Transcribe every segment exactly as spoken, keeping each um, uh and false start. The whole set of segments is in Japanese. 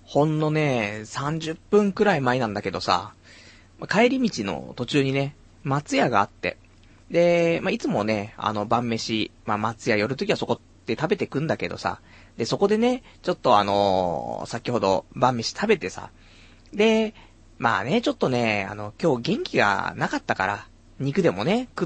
ほんのね、さんじゅっぷんくらい前なんだけどさ、帰り道の途中にね、松屋があって、で、まあ、いつもね、あの、晩飯、まあ、松屋寄るときはそこで食べてくんだけどさ、で、そこでね、ちょっとあのー、先ほど晩飯食べてさ、で、まあね、ちょっとね、あの、今日元気がなかったから、肉でもね、食って、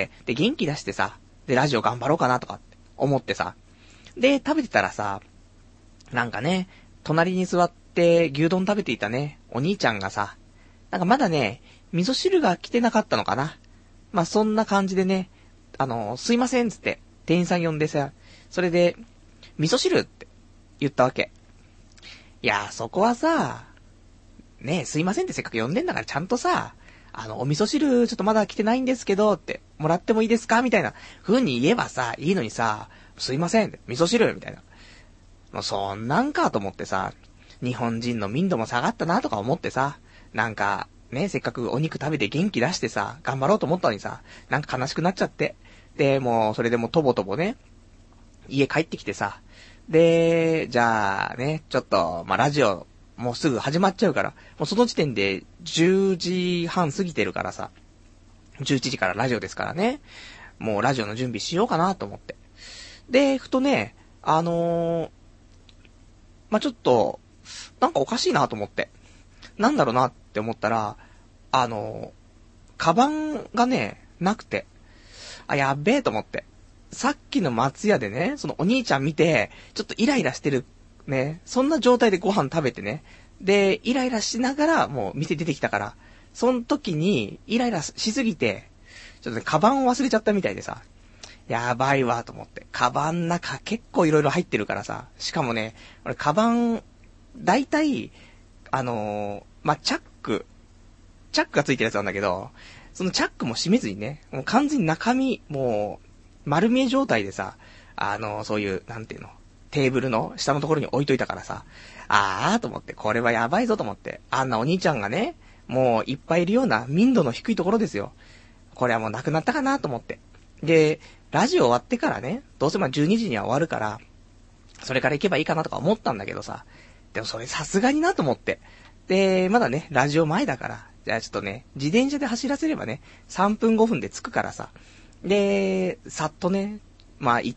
で、元気出してさ、で、ラジオ頑張ろうかなとかって思ってさ、で、食べてたらさ、なんかね、隣に座って牛丼食べていたね、お兄ちゃんがさ、なんかまだね、味噌汁が来てなかったのかな。まあ、そんな感じでね、あの、すいませんつって、店員さん呼んでさ、それで、味噌汁って言ったわけ。いや、そこはさ、ねえ、すいませんってせっかく呼んでんだからちゃんとさ、あの、お味噌汁ちょっとまだ来てないんですけどって、もらってもいいですかみたいな風に言えばさ、いいのにさ、すいませんって、味噌汁みたいな。もうそんなんかと思ってさ、日本人の民度も下がったなとか思ってさ、なんか、ね、せっかくお肉食べて元気出してさ、頑張ろうと思ったのにさ、なんか悲しくなっちゃって。で、もう、それでもうとぼとぼね、家帰ってきてさ、で、じゃあね、ちょっと、まあ、ラジオ、もうすぐ始まっちゃうから、もうその時点でじゅうじはん過ぎてるからさ、じゅういちじからラジオですからね、もうラジオの準備しようかなと思って。で、ふとね、あのー、まあ、ちょっと、なんかおかしいなと思って。なんだろうなって思ったら、あのー、カバンがね、なくて、あ、やっべえと思って。さっきの松屋でね、そのお兄ちゃん見て、ちょっとイライラしてる、ね、そんな状態でご飯食べてね、で、イライラしながら、もう店出てきたから、その時に、イライラしすぎて、ちょっとね、カバンを忘れちゃったみたいでさ、やばいわと思って。カバン中結構いろいろ入ってるからさ、しかもね、俺カバン、だいたい、あのー、まあ、チャック、チャックがついてるやつなんだけど、そのチャックも閉めずにね、もう完全に中身、もう、丸見え状態でさ、あの、そういう、なんていうの、テーブルの下のところに置いといたからさ、あーと思って、これはやばいぞと思って、あんなお兄ちゃんがね、もういっぱいいるような民度の低いところですよ。これはもうなくなったかなと思って。で、ラジオ終わってからね、どうせまあじゅうにじには終わるから、それから行けばいいかなとか思ったんだけどさ、でもそれさすがになと思って。で、まだね、ラジオ前だから、じゃあちょっとね、自転車で走らせればね、さんぷんごふんで着くからさ、で、さっとね、まあ行って、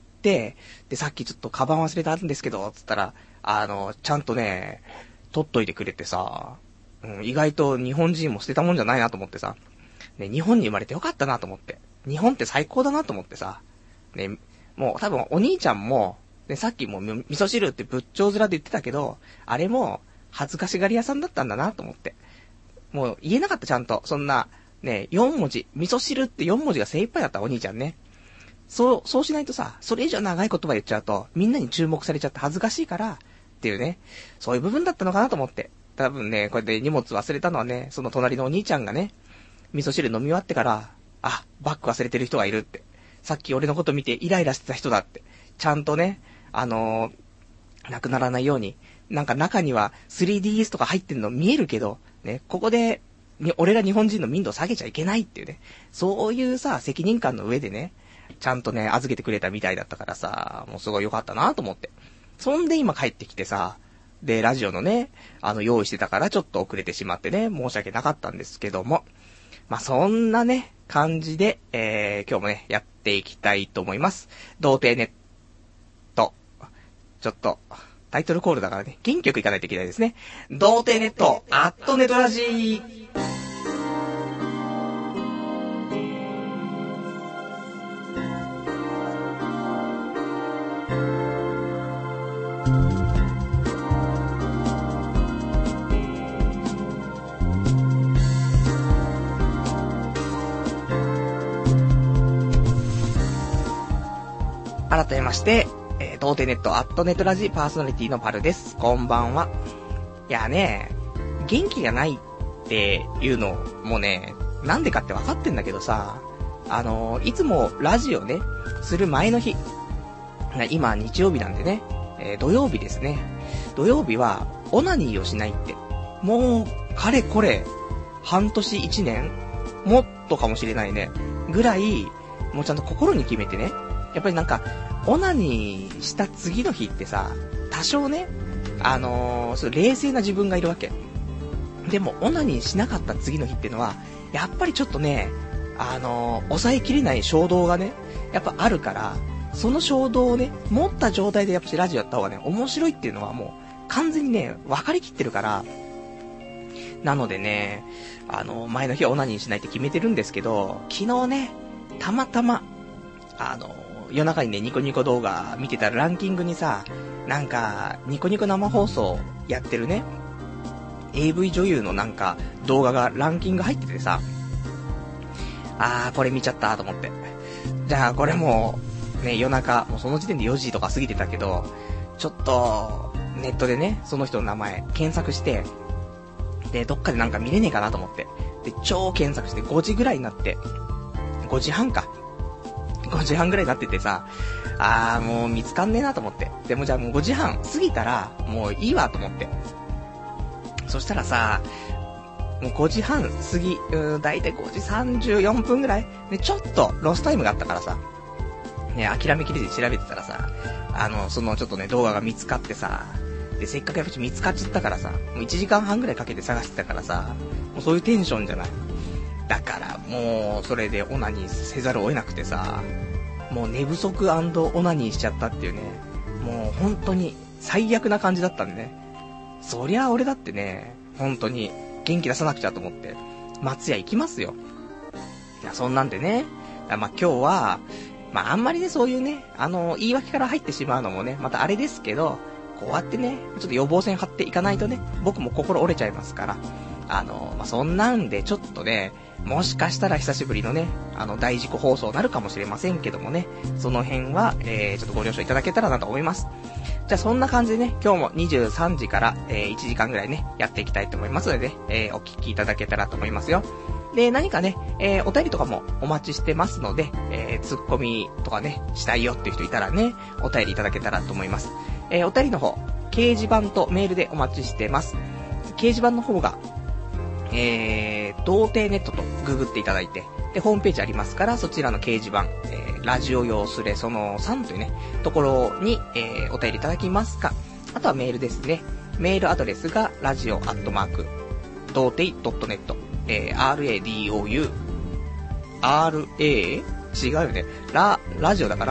で、さっきちょっとカバン忘れたんですけど、つったら、あの、ちゃんとね、取っといてくれてさ、うん、意外と日本人も捨てたもんじゃないなと思ってさ、ね、日本に生まれてよかったなと思って、日本って最高だなと思ってさ、ね、もう多分お兄ちゃんも、ね、さっきも味噌汁って仏頂面で言ってたけど、あれも恥ずかしがり屋さんだったんだなと思って。もう言えなかったちゃんと、そんな、ね、よんもじ、味噌汁ってよんもじが精一杯だったお兄ちゃんね。そう、そうしないとさ、それ以上長い言葉言っちゃうと、みんなに注目されちゃって恥ずかしいから、っていうね、そういう部分だったのかなと思って。多分ね、これで荷物忘れたのはね、その隣のお兄ちゃんがね、味噌汁飲み終わってから、あ、バッグ忘れてる人がいるって。さっき俺のこと見てイライラしてた人だって。ちゃんとね、あのー、なくならないように、なんか中には スリーディーエス とか入ってんの見えるけど、ね、ここで、に、俺ら日本人の民度を下げちゃいけないっていうね、そういうさ、責任感の上でね、ちゃんとね、預けてくれたみたいだったからさ、もうすごい良かったなと思って。そんで今帰ってきてさ、で、ラジオのね、あの、用意してたからちょっと遅れてしまってね、申し訳なかったんですけども、まあ、そんなね、感じで、えー、今日もね、やっていきたいと思います。童貞ネット。ちょっと、タイトルコールだからね、元気よくいかないといけないですね。童貞ネット、アットネトラジー。改めまして、えー、童貞ネットアットネトラジパーソナリティのパルです。こんばんは。いやね、元気がないっていうのもね、なんでかって分かってんだけどさ、あのー、いつもラジオね、する前の日、今日曜日なんでね、えー、土曜日ですね。土曜日はオナニーをしないって、もうかれこれ半年一年もっとかもしれないねぐらい、もうちゃんと心に決めてね。やっぱりなんか、オナニーした次の日ってさ、多少ね、 あのー、そう冷静な自分がいるわけ。でも、オナニーしなかった次の日っていうのは、やっぱりちょっとね、あのー、抑えきれない衝動がね、やっぱあるから、その衝動をね、持った状態でやっぱしラジオやった方がね、面白いっていうのはもう、完全にね、分かりきってるから、なのでね、あのー、前の日はオナニーしないって決めてるんですけど、昨日ね、たまたま、あのー、夜中にね、ニコニコ動画見てたらランキングにさ、なんか、ニコニコ生放送やってるね、エーブイ 女優のなんか動画がランキング入っててさ、あーこれ見ちゃったと思って、じゃあこれもうね夜中もうその時点でよじとか過ぎてたけど、ちょっとネットでねその人の名前検索して、でどっかでなんか見れねえかなと思って、で超検索してごじぐらいになって、ごじはんかごじはんぐらいになっててさ、あーもう見つかんねえなと思って、でもじゃあもうごじはん過ぎたらもういいわと思って、そしたらさ、もうごじはん過ぎ、うーん、だいたいごじさんじゅうよんぷんぐらいで、ちょっとロスタイムがあったからさ、ね、諦めきれず調べてたらさ、あの、そのちょっとね、動画が見つかってさ、で、せっかくやっぱ見つかっちゃったからさ、もういちじかんはんぐらいかけて探してたからさ、もうそういうテンションじゃない。だから、もう、それでオナニーせざるを得なくてさ、もう寝不足&オナニーしちゃったっていうね、もう本当に最悪な感じだったんでね。そりゃ俺だってね、本当に元気出さなくちゃと思って、松屋行きますよ。いや、そんなんでね、まあ今日は、まああんまりね、そういうね、あの、言い訳から入ってしまうのもね、またあれですけど、こうやってね、ちょっと予防線張っていかないとね、僕も心折れちゃいますから、あの、まあそんなんでちょっとね、もしかしたら久しぶりのね、あの、大事故放送になるかもしれませんけどもね、その辺は、えー、ちょっとご了承いただけたらなと思います。じゃあそんな感じでね、今日もにじゅうさんじから、えー、いちじかんぐらいね、やっていきたいと思いますのでね、えー、お聞きいただけたらと思いますよ。で、何かね、えー、お便りとかもお待ちしてますので、えー、ツッコミとかね、したいよっていう人いたらね、お便りいただけたらと思います。えー、お便りの方、掲示板とメールでお待ちしてます。掲示板の方が、えー、童貞ネットとググっていただいて、で、ホームページありますから、そちらの掲示板、えー、ラジオ用スレそのさんというね、ところに、えー、お便りいただきますか、あとはメールですね。メールアドレスが、ラジオアットマーク、童貞 .net、えー、radio、ra、違うよね。ラ、ラジオだから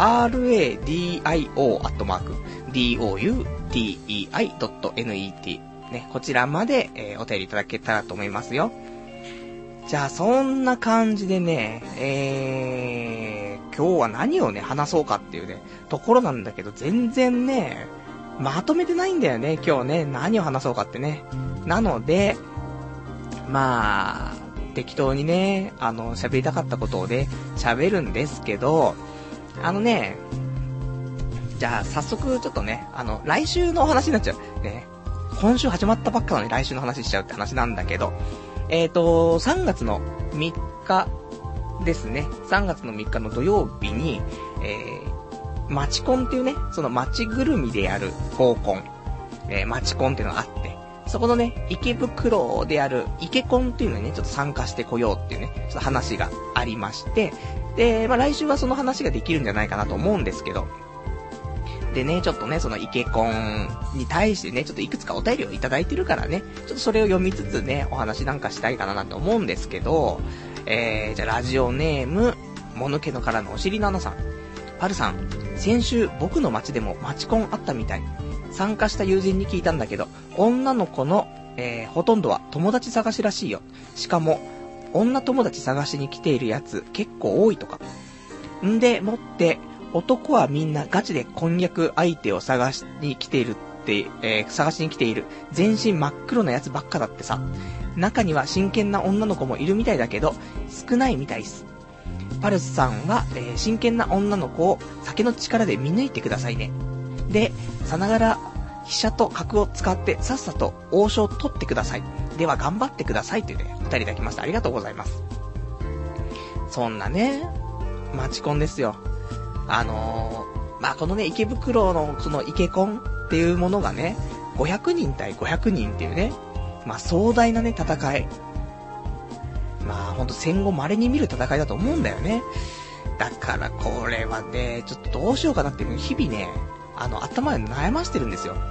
、radio アットマーク、doutei.net、ね、こちらまで、えー、お便りいただけたらと思いますよ。じゃあ、そんな感じでね、えー、今日は何をね、話そうかっていうね、ところなんだけど、全然ね、まとめてないんだよね、今日ね、何を話そうかってね。なので、まあ、適当にね、あの、喋りたかったことをね、喋るんですけど、あのね、じゃあ、早速ちょっとね、あの、来週のお話になっちゃう。ね。今週始まったばっかなのに来週の話しちゃうって話なんだけど、えーと、さんがつのみっかですね。さんがつのみっかの土曜日に、えー、マチコンっていうね、そのマチぐるみでやる合コン、えー、マチコンっていうのがあって、そこのね、池袋でやる池コンっていうのにね、ちょっと参加してこようっていうね、ちょっと話がありまして、で、まあ来週はその話ができるんじゃないかなと思うんですけど、でね、ちょっとね、そのイケコンに対してね、ちょっといくつかお便りをいただいてるからね、ちょっとそれを読みつつね、お話なんかしたいかななんて思うんですけど、えー、じゃあラジオネーム、もぬけのからのお尻の穴さん。パルさん、先週僕の街でもマチコンあったみたい。参加した友人に聞いたんだけど、女の子の、えー、ほとんどは友達探しらしいよ。しかも、女友達探しに来ているやつ結構多いとか。んでもって、男はみんなガチで婚約相手を探しに来ているって、えー、探しに来ている。全身真っ黒なやつばっかだってさ。中には真剣な女の子もいるみたいだけど、少ないみたいっす。パルスさんは、えー、真剣な女の子を酒の力で見抜いてくださいね。で、さながら飛車と角を使ってさっさと王将を取ってください。では頑張ってくださいというね、お便りいただきました。ありがとうございます。そんなね、マチコンですよ。あのー、まあ、このね、池袋のその池コンっていうものがね、ごひゃくにん対ごひゃくにんっていうね、まあ、壮大なね、戦い。まあ、ほんと戦後稀に見る戦いだと思うんだよね。だからこれはね、ちょっとどうしようかなっていう日々ね、あの、頭で悩ましてるんですよ。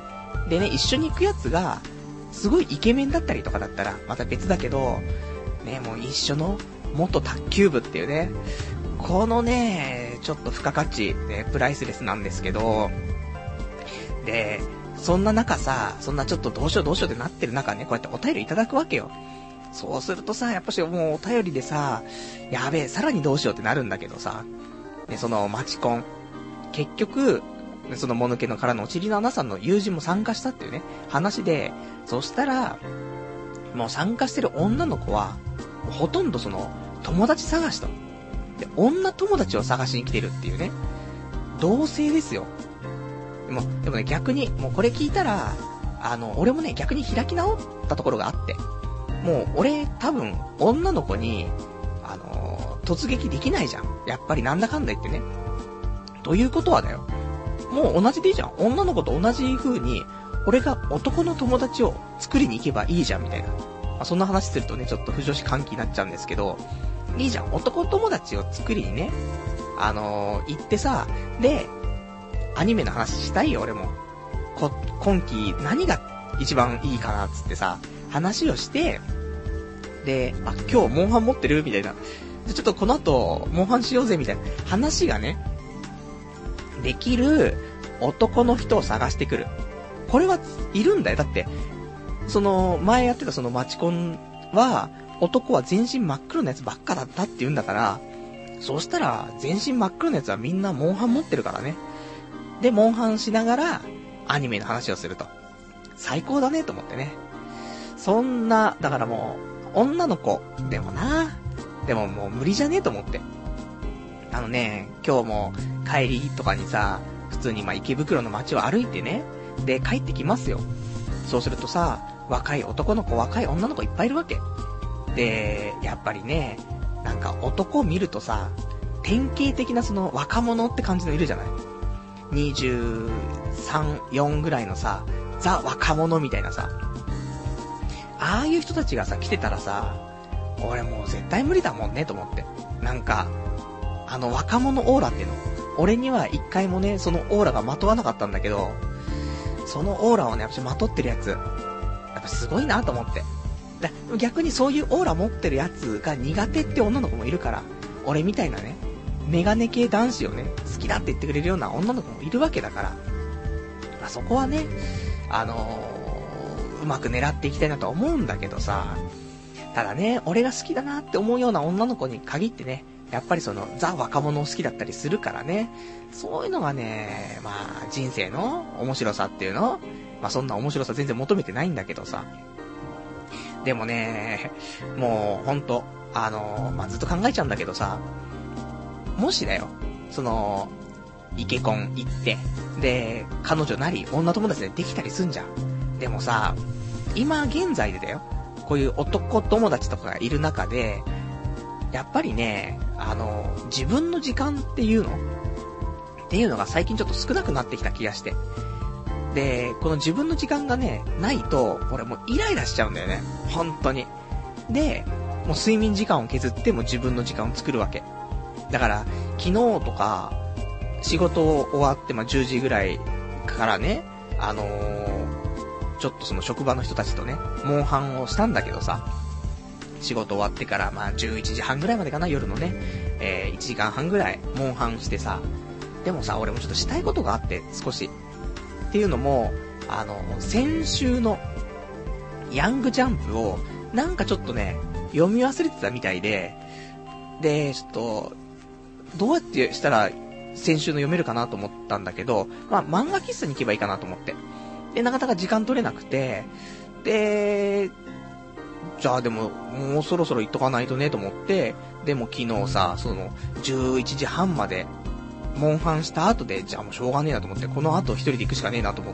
でね、一緒に行くやつが、すごいイケメンだったりとかだったら、また別だけど、ね、もう一緒の元卓球部っていうね、このね、ちょっと付加価値、ね、プライスレスなんですけど、で、そんな中さ、そんなちょっとどうしようどうしようってなってる中ね、こうやってお便りいただくわけよ。そうするとさ、やっぱしもうお便りでさ、やべえ、さらにどうしようってなるんだけどさ、ね、そのマチコン、結局、そのもぬけの殻のおちりのアナさんの友人も参加したっていうね、話で、そしたら、もう参加してる女の子は、ほとんどその、友達探しと。で、女友達を探しに来てるっていうね。同性ですよ。でも、でもね、逆に、もうこれ聞いたら、あの、俺もね、逆に開き直ったところがあって、もう、俺、多分、女の子に、あのー、突撃できないじゃん。やっぱりなんだかんだ言ってね。ということはだよ。もう同じでいいじゃん。女の子と同じ風に、俺が男の友達を作りに行けばいいじゃん、みたいな。まあ、そんな話するとね、ちょっと不女子歓喜になっちゃうんですけど、いいじゃん。男友達を作りにね、あのー、行ってさ、で、アニメの話したいよ、俺も。こ、今期何が一番いいかな、つってさ、話をして、で、あ、今日モンハン持ってるみたいな。ちょっとこの後、モンハンしようぜ、みたいな話がね、できる男の人を探してくる。これはいるんだよ。だって、その、前やってたそのマチコンは、男は全身真っ黒なやつばっかだったって言うんだから、そうしたら、全身真っ黒なやつはみんなモンハン持ってるからね。で、モンハンしながら、アニメの話をすると。最高だね、と思ってね。そんな、だからもう、女の子、でもな、でももう無理じゃねえと思って。あのね、今日も帰りとかにさ、普通にまあ池袋の街を歩いてね、で帰ってきますよ。そうするとさ、若い男の子、若い女の子いっぱいいるわけ。で、やっぱりね、なんか男を見るとさ、典型的なその若者って感じのいるじゃない。にじゅうさん、よんぐらいのさ、ザ若者みたいなさ、ああいう人たちがさ、来てたらさ、俺もう絶対無理だもんねと思って。なんか、あの若者オーラっていうの、俺には一回もね、そのオーラがまとわなかったんだけど、そのオーラをね、やっぱまとってるやつ、やっぱすごいなと思って。だ逆にそういうオーラ持ってるやつが苦手って女の子もいるから、俺みたいなね、メガネ系男子をね、好きだって言ってくれるような女の子もいるわけだから、まあ、そこはね、あのー、うまく狙っていきたいなとは思うんだけどさ、ただね、俺が好きだなって思うような女の子に限ってね、やっぱりそのザ若者を好きだったりするからね、そういうのがね、まあ人生の面白さっていうの、まあそんな面白さ全然求めてないんだけどさ、でもね、もうほんとあのまあずっと考えちゃうんだけどさ、もしだよ、そのイケコン行ってで彼女なり女友達でできたりすんじゃん。でもさ、今現在でだよ、こういう男友達とかがいる中で、やっぱりね、あの、自分の時間っていうのっていうのが最近ちょっと少なくなってきた気がして。で、この自分の時間がね、ないと、俺もうイライラしちゃうんだよね。本当に。で、もう睡眠時間を削っても自分の時間を作るわけ。だから、昨日とか、仕事終わって、まあ、じゅうじぐらいからね、あのー、ちょっとその職場の人たちとね、モンハンをしたんだけどさ、仕事終わってから、まあ、じゅういちじはんぐらいまでかな、夜のね、えー、いちじかんはんぐらい、モンハンしてさ、でもさ、俺もちょっとしたいことがあって、少し。っていうのも、あの、先週の、ヤングジャンプを、なんかちょっとね、読み忘れてたみたいで、で、ちょっと、どうやってしたら、先週の読めるかなと思ったんだけど、まあ、漫画喫茶に行けばいいかなと思って。で、なかなか時間取れなくて、で、じゃあでも、もうそろそろ行っとかないとねと思って、でも昨日さ、その、じゅういちじはんまで、モンハンした後で、じゃあもうしょうがねえなと思って、この後一人で行くしかねえなと思って、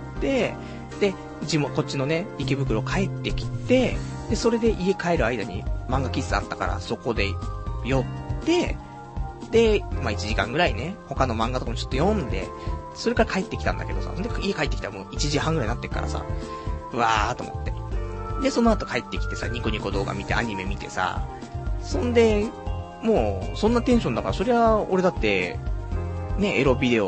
で、地元、こっちのね、池袋帰ってきて、で、それで家帰る間に漫画喫茶あったから、そこで寄って、で、まあいちじかんぐらいね、他の漫画とかもちょっと読んで、それから帰ってきたんだけどさ、で、家帰ってきたらもういちじはんぐらいになってっからさ、うわーと思って。で、その後帰ってきてさ、ニコニコ動画見て、アニメ見てさ、そんで、もう、そんなテンションだから、そりゃ、俺だって、ね、エロビデオ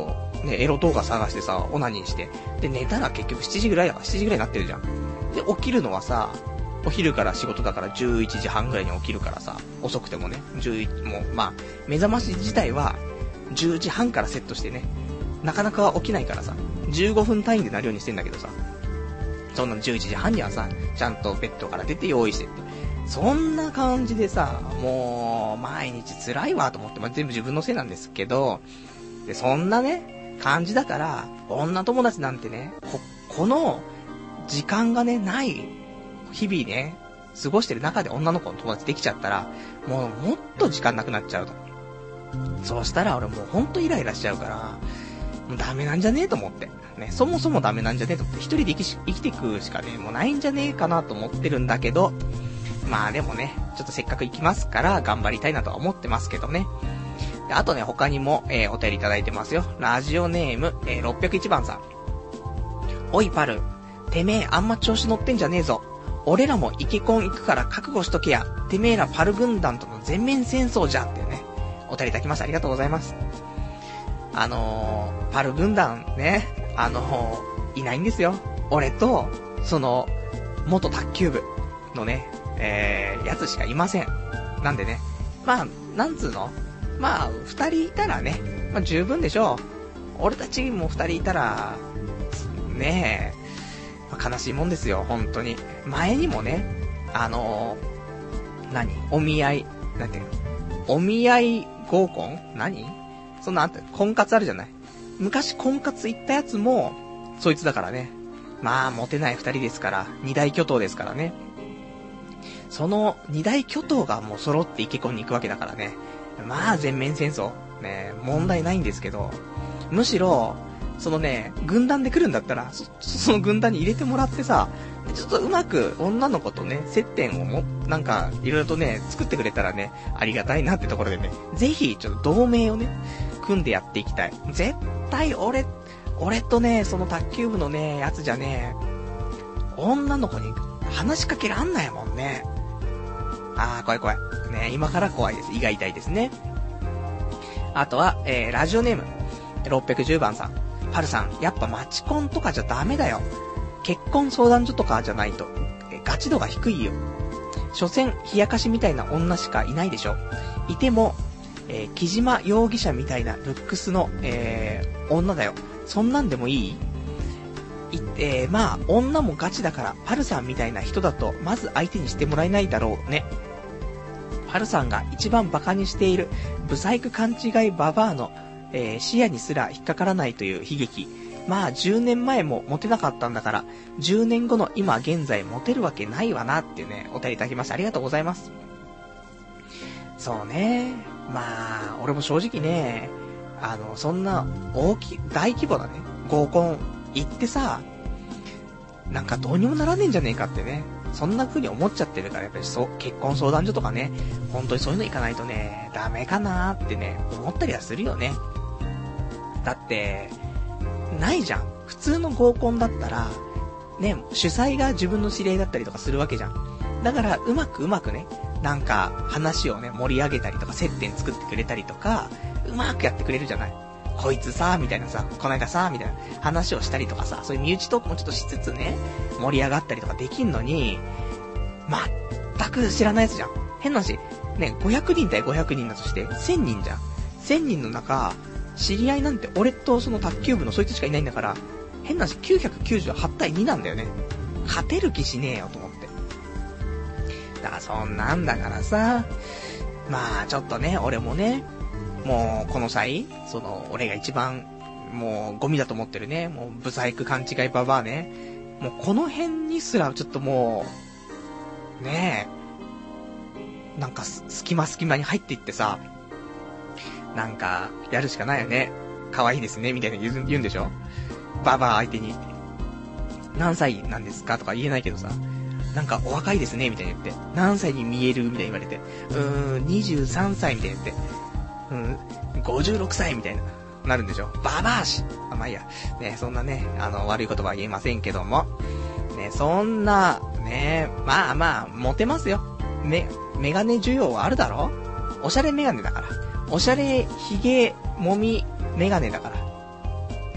ね、エロ動画探してさ、オナニーして。で、寝たら結局しちじぐらいだから、しちじぐらいになってるじゃん。で、起きるのはさ、お昼から仕事だからじゅういちじはんぐらいに起きるからさ、遅くてもね、じゅういち、もう、まあ、目覚まし自体は、じゅうじはんからセットしてね、なかなか起きないからさ、じゅうごふん単位でなるようにしてんだけどさ、そんなじゅういちじはんにはさ、ちゃんとベッドから出て用意してって。そんな感じでさ、もう、毎日辛いわと思って、まあ、全部自分のせいなんですけど、で、そんなね、感じだから、女友達なんてね、こ、この、時間がね、ない日々ね、過ごしてる中で女の子の友達できちゃったら、もうもっと時間なくなっちゃうと。そうしたら俺もうほんとイライラしちゃうから、もうダメなんじゃねえと思って。ね、そもそもダメなんじゃねえと思って、一人で生きし、生きていくしかね、もうないんじゃねえかなと思ってるんだけど、まあでもね、ちょっとせっかく行きますから、頑張りたいなとは思ってますけどね。であとね、他にも、えー、お便りいただいてますよ。ラジオネーム、えー、ろっぴゃくいちばんさん。おいパル、てめえあんま調子乗ってんじゃねえぞ。俺らもイケコン行くから覚悟しとけや。てめえらパル軍団との全面戦争じゃんってね、お便りいただきました。ありがとうございます。あのー、パル軍団ね、あのー、いないんですよ。俺と、その、元卓球部のね、えー、やつしかいません。なんでね、まあ、なんつうのまあ、二人いたらね、まあ十分でしょう。俺たちも二人いたら、ねえ、まあ、悲しいもんですよ、本当に。前にもね、あのー、何お見合い、なんていうのお見合い合コン何そんなあった、婚活あるじゃない。昔婚活行ったやつも、そいつだからね。まあ、モテない二人ですから、二大巨頭ですからね。その二大巨頭がもう揃ってイケコンに行くわけだからね。まあ全面戦争ね、問題ないんですけど、むしろそのね、軍団で来るんだったら そ, その軍団に入れてもらってさ、ちょっとうまく女の子とね接点をもなんかいろいろとね作ってくれたらね、ありがたいなってところでね、ぜひちょっと同盟をね組んでやっていきたい。絶対俺俺とね、その卓球部のねやつじゃね、女の子に話しかけらんないもんね。あー、怖い怖い。ね、今から怖いです。胃が痛いですね。あとは、えー、ラジオネーム、ろっぴゃくじゅうばんさん。パルさん、やっぱマチコンとかじゃダメだよ。結婚相談所とかじゃないと、えガチ度が低いよ。所詮、冷やかしみたいな女しかいないでしょ。いても、えー、木島容疑者みたいなルックスの、えー、女だよ。そんなんでもいい？いえー、まあ、女もガチだから、パルさんみたいな人だと、まず相手にしてもらえないだろうね。パルさんが一番バカにしている、ブサイク勘違いババアの、えー、視野にすら引っかからないという悲劇。まあ、じゅうねんまえもモテなかったんだから、じゅうねんごの今現在モテるわけないわなっていうね、お便りいただきました。ありがとうございます。そうね。まあ、俺も正直ね、あの、そんな、大き、大規模なね、合コン行ってさ、なんかどうにもならねえんじゃねえかってね、そんな風に思っちゃってるから、やっぱりそう、結婚相談所とかね、本当にそういうの行かないとね、ダメかなーってね、思ったりはするよね。だって、ないじゃん。普通の合コンだったら、ね、主催が自分の知り合いだったりとかするわけじゃん。だから、うまくうまくね、なんか話をね、盛り上げたりとか、接点作ってくれたりとか、うまくやってくれるじゃない。こいつさ、みたいなさ、こないださ、みたいな話をしたりとかさ、そういう身内トークもちょっとしつつね、盛り上がったりとかできんのに、全く知らないやつじゃん。変な話、ね、ごひゃくにん対ごひゃくにんだとして、せんにんじゃん。せんにんの中、知り合いなんて俺とその卓球部のそいつしかいないんだから、変な話、きゅうひゃくきゅうじゅうはち対になんだよね。勝てる気しねえよと思って。だからそんなんだからさ、まあちょっとね、俺もね、もうこの際、その俺が一番もうゴミだと思ってるね、もうブサイク勘違いババアね、もうこの辺にすらちょっともうねえ、なんか隙間隙間に入っていってさ、なんかやるしかないよね。可愛いですねみたいな言う、言うんでしょ。ババア相手に何歳なんですかとか言えないけどさ、なんかお若いですねみたいに言って、何歳に見えるみたいに言われて、うーんにじゅうさんさいみたいに言って、うん、ごじゅうろくさいみたいな、なるんでしょ。ババアし。あ、まあいいや。ね、そんなね、あの、悪い言葉は言えませんけども。ね、そんな、ね、まあまあ、モテますよ。め、メガネ需要はあるだろ？おしゃれメガネだから。おしゃれ、ひげ、もみ、メガネだから。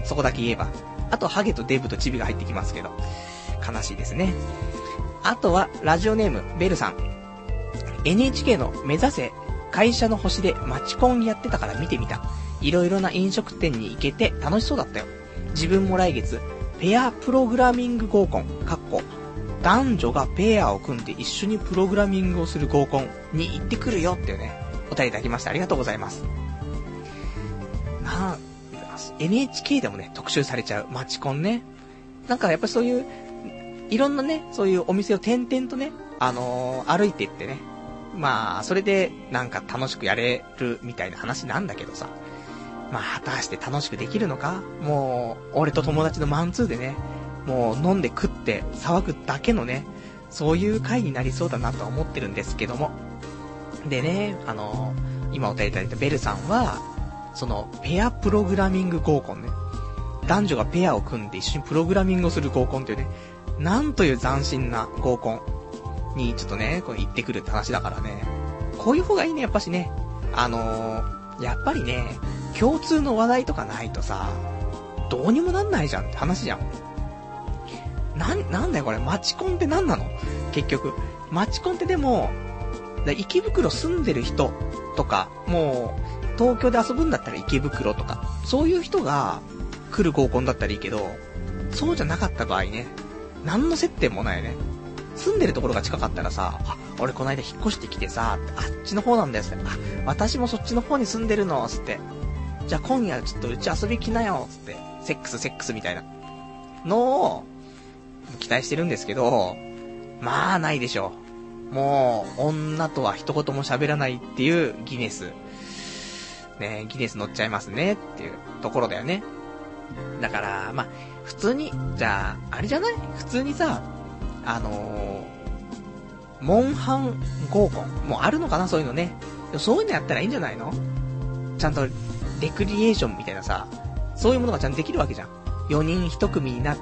そこだけ言えば。あと、ハゲとデブとチビが入ってきますけど。悲しいですね。あとは、ラジオネーム、ベルさん。エヌエイチケー の目指せ会社の星でマチコンやってたから見てみた。いろいろな飲食店に行けて楽しそうだったよ。自分も来月、ペアプログラミング合コン、かっこ、男女がペアを組んで一緒にプログラミングをする合コンに行ってくるよっていうね、お便りいただきました。ありがとうございます。なあ、エヌエイチケー でもね、特集されちゃうマチコンね。なんかやっぱりそういう、いろんなね、そういうお店を点々とね、あのー、歩いていってね、まあ、それでなんか楽しくやれるみたいな話なんだけどさ、まあ、果たして楽しくできるのか？もう、俺と友達のマンツーでね、もう飲んで食って騒ぐだけのね、そういう回になりそうだなとは思ってるんですけども。でね、あのー、今お便りいただいたベルさんは、その、ペアプログラミング合コンね。男女がペアを組んで一緒にプログラミングをする合コンっていうね、なんという斬新な合コンにちょっとね、これ行ってくるって話だからね。こういう方がいいね、やっぱしね。あのー、やっぱりね、共通の話題とかないとさ、どうにもなんないじゃんって話じゃん。なん、なんだよこれ、マチコンって何なの？結局。マチコンってでも、池袋住んでる人とか、もう、東京で遊ぶんだったら池袋とか、そういう人が来る合コンだったらいいけど、そうじゃなかった場合ね、何の接点もないね。住んでるところが近かったらさ、あ、俺この間引っ越してきてさ、あっちの方なんだよって、あ、私もそっちの方に住んでるのつって、じゃあ今夜ちょっとうち遊び来なよつって、セックスセックスみたいなのを期待してるんですけど、まあないでしょう。もう女とは一言も喋らないっていうギネスね、ギネス乗っちゃいますねっていうところだよね。だからまあ普通に、じゃああれじゃない？普通にさ、あのー、モンハン合コンもうあるのかな、そういうのね。でもそういうのやったらいいんじゃないの？ちゃんとレクリエーションみたいなさ、そういうものがちゃんとできるわけじゃん。よにんひと組になって、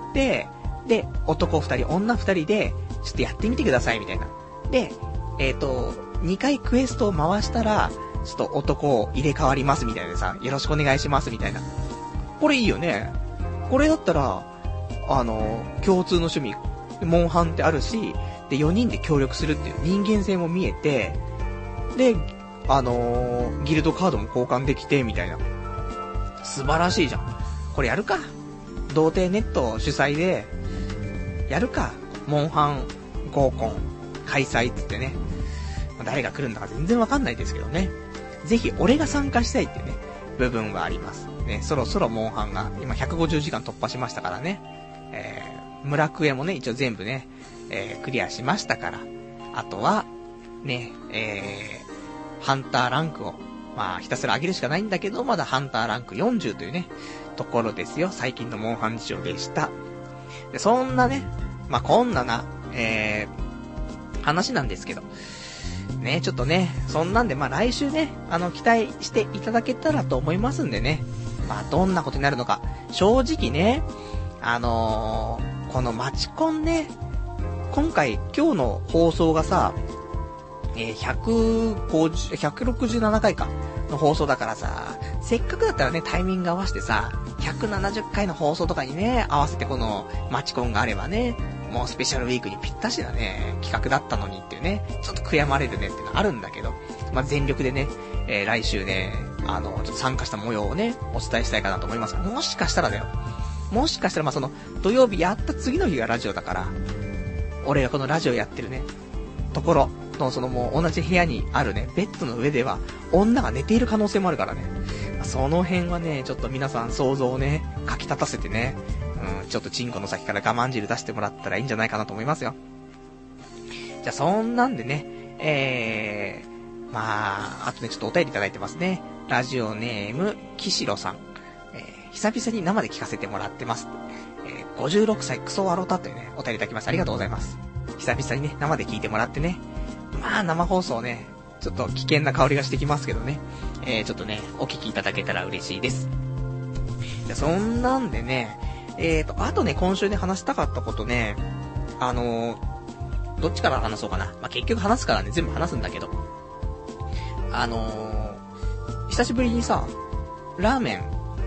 で男ふたり女ふたりでちょっとやってみてくださいみたいな。でえっとにかいクエストを回したらちょっと男を入れ替わりますみたいなさ、よろしくお願いしますみたいな。これいいよね。これだったらあの共通の趣味モンハンってあるし、でよにんで協力するっていう人間性も見えて、であのー、ギルドカードも交換できてみたいな、素晴らしいじゃん。これやるか。童貞ネット主催でやるか。モンハン合コン開催ってってね、誰が来るんだか全然わかんないですけどね。ぜひ俺が参加したいっていうね部分はありますね。そろそろモンハンが今ひゃくごじゅうじかん突破しましたからね。えー、村クエもね一応全部ね、えー、クリアしましたから、あとはね、えー、ハンターランクをまあひたすら上げるしかないんだけど、まだハンターランクよんじゅうというねところですよ。最近のモンハン事情でした。でそんなね、まあこんなな、えー、話なんですけどね、ちょっとね、そんなんでまあ来週ね、あの期待していただけたらと思いますんでね、まあどんなことになるのか、正直ね、あのー、このマチコンね、今回今日の放送がさ、えー、ひゃくごじゅう、ひゃくろくじゅうななかいかの放送だからさ、せっかくだったらねタイミング合わせてさ、ひゃくななじゅっかいの放送とかにね合わせてこのマチコンがあればね、もうスペシャルウィークにぴったしなね企画だったのにっていうね、ちょっと悔やまれるねっていうのあるんだけど、まあ、全力でね、えー、来週ねあのちょっと参加した模様をねお伝えしたいかなと思います。もしかしたらだよ、もしかしたらまあその土曜日やった次の日がラジオだから、俺がこのラジオやってるねところのそのもう同じ部屋にあるねベッドの上では女が寝ている可能性もあるからね、その辺はねちょっと皆さん想像をねかき立たせてね、うん、ちょっとチンコの先から我慢汁出してもらったらいいんじゃないかなと思いますよ。じゃあそんなんでね、えー、まああとねちょっとお便りいただいてますね。ラジオネームキシロさん、えー、久々に生で聞かせてもらってます、えー、ごじゅうろくさいクソワロタというねお便りいただきました。ありがとうございます。久々にね生で聞いてもらってね、まあ生放送ねちょっと危険な香りがしてきますけどね、えー、ちょっとねお聞きいただけたら嬉しいです。でそんなんでね、えーとあとね今週ね話したかったことね、あのー、どっちから話そうかな。まあ、結局話すからね全部話すんだけど、あのー、久しぶりにさラーメン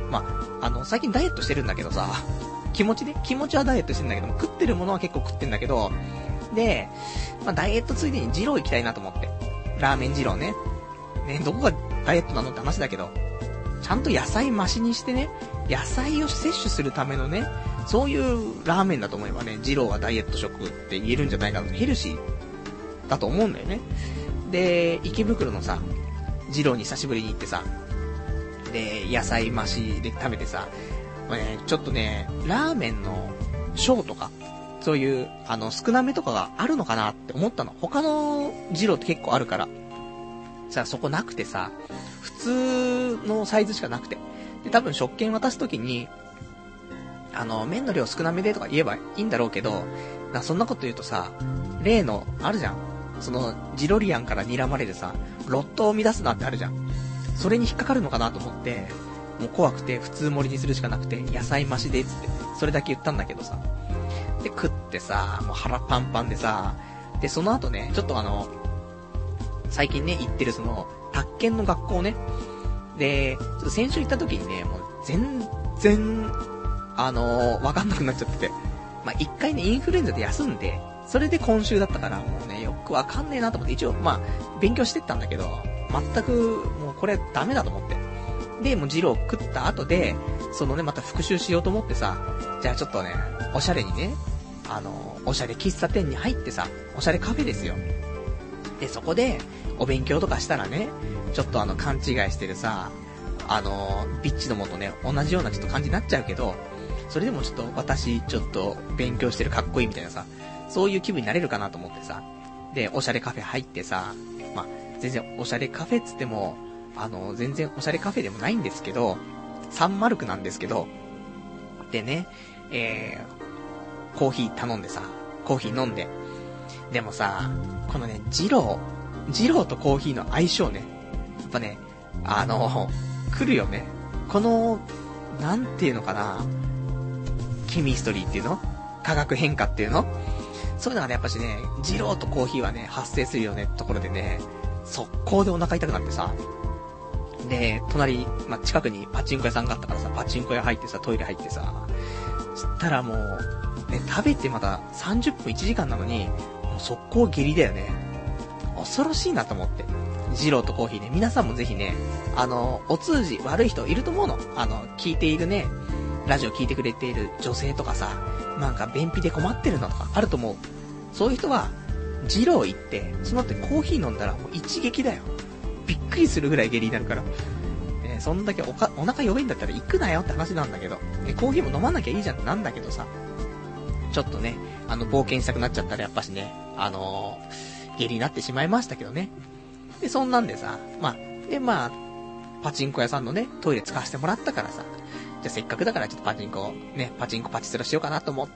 まあ、あの、最近ダイエットしてるんだけどさ、気持ちね、気持ちはダイエットしてんだけども、食ってるものは結構食ってんだけど、で、まあ、ダイエットついでに二郎行きたいなと思って。ラーメン二郎ね。ね、どこがダイエットなのって話だけど、ちゃんと野菜増しにしてね、野菜を摂取するためのね、そういうラーメンだと思えばね、二郎はダイエット食って言えるんじゃないかな。ヘルシーだと思うんだよね。で、池袋のさ、二郎に久しぶりに行ってさ、で、野菜増しで食べてさ、まあね、ちょっとね、ラーメンの小とか、そういう、あの、少なめとかがあるのかなって思ったの。他の二郎って結構あるから。さあ、そこなくてさ、普通のサイズしかなくて。で、多分食券渡すときに、あの、麺の量少なめでとか言えばいいんだろうけど、なそんなこと言うとさ、例の、あるじゃん。その、ジロリアンから睨まれるさ、ロットを乱すなってあるじゃん。それに引っかかるのかなと思って、もう怖くて普通盛りにするしかなくて、野菜増しでっつって、それだけ言ったんだけどさ。で、食ってさ、もう腹パンパンでさ、で、その後ね、ちょっとあの、最近ね、行ってるその、宅建の学校ね。で、ちょっと先週行った時にね、もう全然、あのー、わかんなくなっちゃってて。まあ、一回ね、インフルエンザで休んで、それで今週だったから、もうね、よくわかんねえなと思って、一応、まあ、勉強してったんだけど、全く、もうこれダメだと思って。で、もうジロー食った後で、そのね、また復習しようと思ってさ、じゃあちょっとね、おしゃれにね、あのー、おしゃれ喫茶店に入ってさ、おしゃれカフェですよ。で、そこで、お勉強とかしたらね、ちょっとあの、勘違いしてるさ、あのー、ビッチのもとね、同じようなちょっと感じになっちゃうけど、それでもちょっと私、ちょっと勉強してるかっこいいみたいなさ、そういう気分になれるかなと思ってさ、で、おしゃれカフェ入ってさ、まあ、全然おしゃれカフェっつっても、あのー、全然おしゃれカフェでもないんですけど、サンマルクなんですけど、でね、えー、コーヒー頼んでさ、コーヒー飲んで、でもさ、このね、ジロー、ジローとコーヒーの相性ね、やっぱね、あの、来るよね。この、なんていうのかな、ケミストリーっていうの？化学変化っていうの？そういうのがね、やっぱしね、ジローとコーヒーはね、発生するよね、ところでね、速攻でお腹痛くなってさ、で、隣、まあ、近くにパチンコ屋さんがあったからさ、パチンコ屋入ってさ、トイレ入ってさ、そしたらもう、ね、食べてまたさんじゅっぷんいちじかんなのに、もう速攻下痢だよね。恐ろしいなと思って。ジローとコーヒーね、皆さんもぜひね、あの、お通じ悪い人いると思うの。あの、聞いているね、ラジオ聞いてくれている女性とかさ、なんか便秘で困ってるのとかあると思う。そういう人は、ジロー行って、その後コーヒー飲んだらもう一撃だよ。びっくりするぐらい下痢になるから。ね、そんだけおか、お腹弱いんだったら行くなよって話なんだけど、ね、コーヒーも飲まなきゃいいじゃんってなんだけどさ、ちょっとね、あの、冒険したくなっちゃったらやっぱしね、あのー、下痢になってしまいましたけどね。で、そんなんでさ、まあ、で、まあ、パチンコ屋さんのね、トイレ使わせてもらったからさ、じゃあせっかくだからちょっとパチンコ、ね、パチンコパチスロしようかなと思って、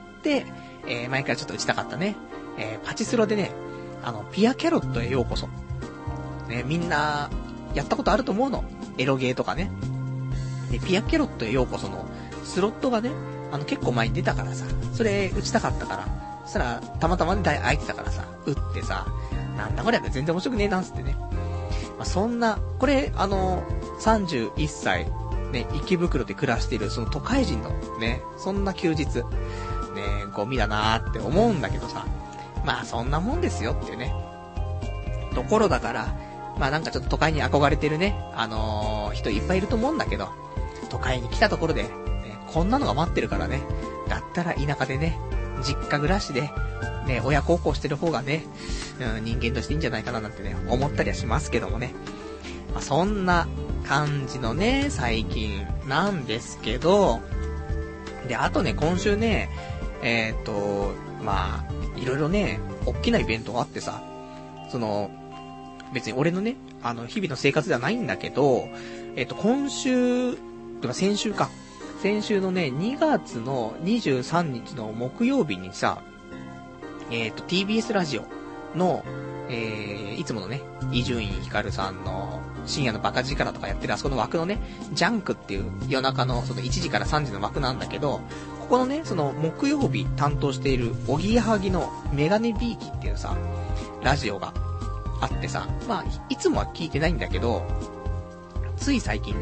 えー、前からちょっと打ちたかったね、えー、パチスロでね、あの、ピアキャロットへようこそ。ね、みんな、やったことあると思うの。エロゲーとかね。で、ピアキャロットへようこその、スロットがね、あの、結構前に出たからさ、それ打ちたかったから、そしたら、たまたまね、台空いてたからさ、打ってさ、なんだこれ全然面白くねえなんつってね。まあ、そんな、これ、あの、さんじゅういっさい、ね、池袋で暮らしている、その都会人の、ね、そんな休日、ね、ゴミだなーって思うんだけどさ、まあそんなもんですよっていうね、ところだから、まあなんかちょっと都会に憧れてるね、あのー、人いっぱいいると思うんだけど、都会に来たところで、ね、こんなのが待ってるからね、だったら田舎でね、実家暮らしで、ね、親孝行してる方がね、うん、人間としていいんじゃないかななんてね、思ったりはしますけどもね。まあ、そんな感じのね、最近なんですけど、で、あとね、今週ね、えっと、まあ、いろいろね、大きなイベントがあってさ、その、別に俺のね、あの、日々の生活ではないんだけど、えっと、今週、とか先週か、先週のね、にがつのにじゅうさんにちの木曜日にさ、えっと、ティービーエス ラジオの、えー、いつものね、伊集院光さんの深夜のバカ力とかやってるあそこの枠のね、ジャンクっていう夜中のそのいちじからさんじの枠なんだけど、ここのね、その木曜日担当しているおぎやはぎのメガネビーキっていうさ、ラジオがあってさ、まあ、いつもは聞いてないんだけど、つい最近ね、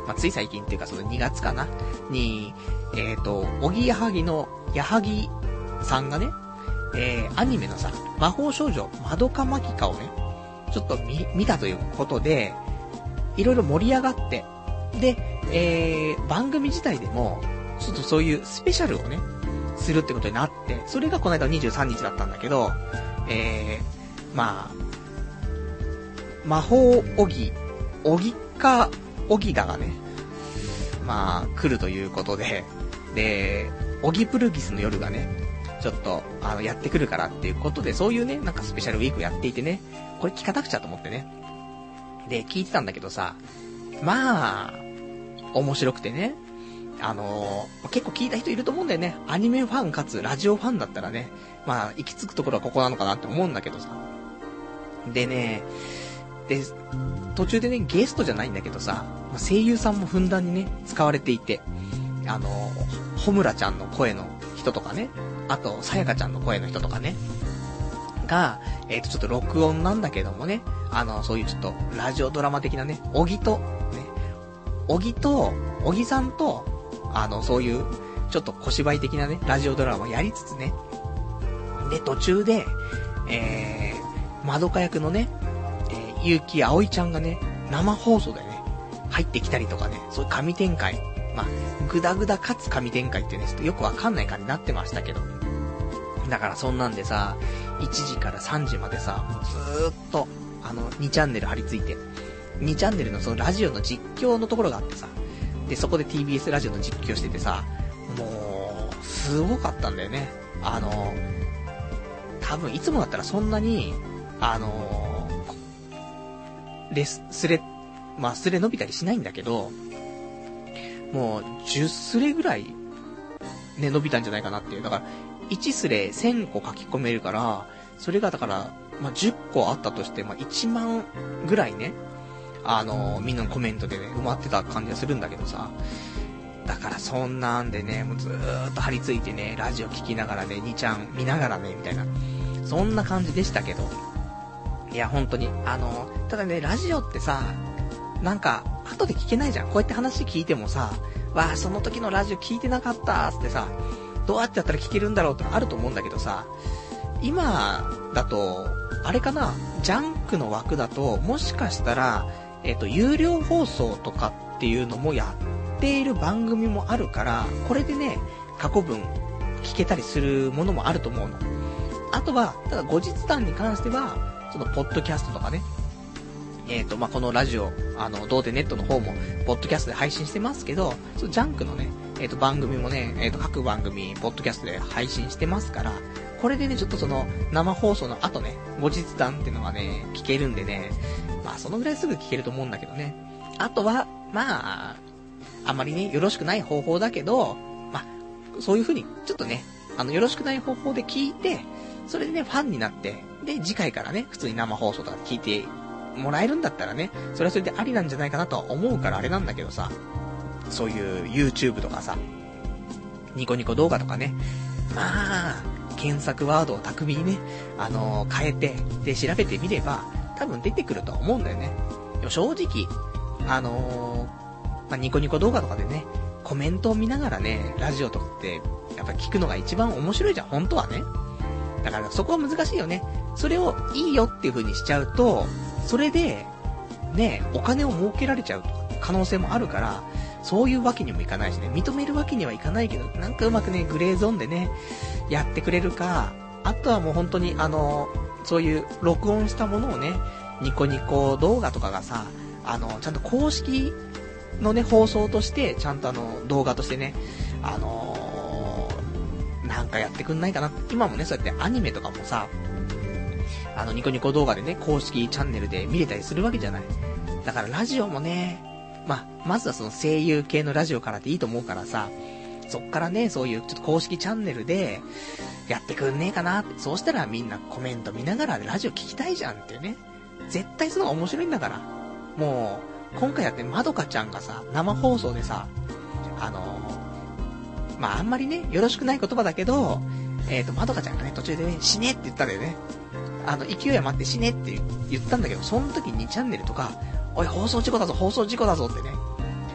まあ、つい最近っていうかそのにがつかなに、えっと、おぎやはぎのやはぎさんがね、えー、アニメのさ、魔法少女まどかマギカをね、ちょっと見、見たということで、いろいろ盛り上がって、で、えー、番組自体でも、ちょっとそういうスペシャルをね、するってことになって、それがこの間にじゅうさんにちだったんだけど、えー、まあ、魔法おぎ、おぎかおぎだがね、まあ、来るということで、で、おぎプルギスの夜がね、ちょっと、あの、やってくるからっていうことで、そういうね、なんかスペシャルウィークやっていてね、これ聞かなくちゃと思ってね。で、聞いてたんだけどさ、まあ、面白くてね、あのー、結構聞いた人いると思うんだよね。アニメファンかつラジオファンだったらね、まあ、行き着くところはここなのかなって思うんだけどさ。でね、で、途中でね、ゲストじゃないんだけどさ、声優さんもふんだんにね、使われていて、あのー、ほむらちゃんの声の人とかね、あと、さやかちゃんの声の人とかね、が、えっと、ちょっと録音なんだけどもね、あの、そういうちょっと、ラジオドラマ的なね、おぎと、ね、おぎと、おぎさんと、あの、そういう、ちょっと小芝居的なね、ラジオドラマをやりつつね、で、途中で、えー、まどか役のね、えー、ゆうきあおいちゃんがね、生放送でね、入ってきたりとかね、そういう神展開、まあ、ぐだぐだかつ神展開ってね、ちょっとよくわかんない感じになってましたけど。だからそんなんでさ、いちじからさんじまでさ、もうずーっと、あの、にチャンネル張り付いて、にチャンネルのそのラジオの実況のところがあってさ、で、そこで ティービーエス ラジオの実況しててさ、もう、すごかったんだよね。あの、多分いつもだったらそんなに、あの、レス、スレ、まあ、スレ伸びたりしないんだけど、もう、じゅうスレぐらい、ね、伸びたんじゃないかなっていう。だから、いちスレせんこ書き込めるから、それがだから、まあ、じゅっこあったとして、まあ、いちまんぐらいね、あのー、みんなのコメントでね、埋まってた感じがするんだけどさ。だからそんなんでね、もうずーっと張り付いてね、ラジオ聞きながらね、にちゃん見ながらね、みたいな。そんな感じでしたけど。いや、本当に、あのー、ただね、ラジオってさ、なんか、後で聞けないじゃん。こうやって話聞いてもさ、わあ、その時のラジオ聞いてなかったーつってさ、どうやってやったら聞けるんだろうってあると思うんだけどさ、今だと、あれかな、ジャンクの枠だと、もしかしたら、えっと、有料放送とかっていうのもやっている番組もあるから、これでね、過去分聞けたりするものもあると思うの。あとは、ただ後日談に関しては、その、ポッドキャストとかね、えっと、まあ、このラジオ、あの、どうでネットの方も、ポッドキャストで配信してますけど、そのジャンクのね、えっと、番組もね、えっと、各番組、ポッドキャストで配信してますから、これでね、ちょっとその、生放送の後ね、後日談っていうのがね、聞けるんでね、まあ、そのぐらいすぐ聞けると思うんだけどね。あとは、まあ、あんまりね、よろしくない方法だけど、まあ、そういう風に、ちょっとね、あの、よろしくない方法で聞いて、それでね、ファンになって、で、次回からね、普通に生放送とか聞いてもらえるんだったらね、それはそれでありなんじゃないかなとは思うからあれなんだけどさ、そういう YouTube とかさ、ニコニコ動画とかね、まあ、検索ワードを巧みにね、あのー、変えて、で、調べてみれば、多分出てくるとは思うんだよね。でも正直、あのー、まあ、ニコニコ動画とかでね、コメントを見ながらね、ラジオとかって、やっぱ聞くのが一番面白いじゃん、本当はね。だからそこは難しいよね。それをいいよっていう風にしちゃうと、それで、ね、お金を儲けられちゃう可能性もあるから、そういうわけにもいかないしね、認めるわけにはいかないけど、なんかうまくね、グレーゾーンでね、やってくれるか、あとはもう本当にあの、そういう録音したものをね、ニコニコ動画とかがさ、あの、ちゃんと公式のね、放送として、ちゃんとあの、動画としてね、あのー、なんかやってくんないかな。今もね、そうやってアニメとかもさ、あの、ニコニコ動画でね、公式チャンネルで見れたりするわけじゃない。だからラジオもね、まあ、まずはその声優系のラジオからでいいと思うからさ、そっからね、そういうちょっと公式チャンネルでやってくんねえかなって。そうしたらみんなコメント見ながらラジオ聞きたいじゃんってね。絶対その方が面白いんだから。もう、今回やってまどかちゃんがさ、生放送でさ、あのー、まあ、あんまりね、よろしくない言葉だけど、えっと、まどかちゃんがね、途中でね、死ねって言ったんだよね。あの、勢い余って死ねって言ったんだけど、その時にチャンネルとか、おい、放送事故だぞ、放送事故だぞってね、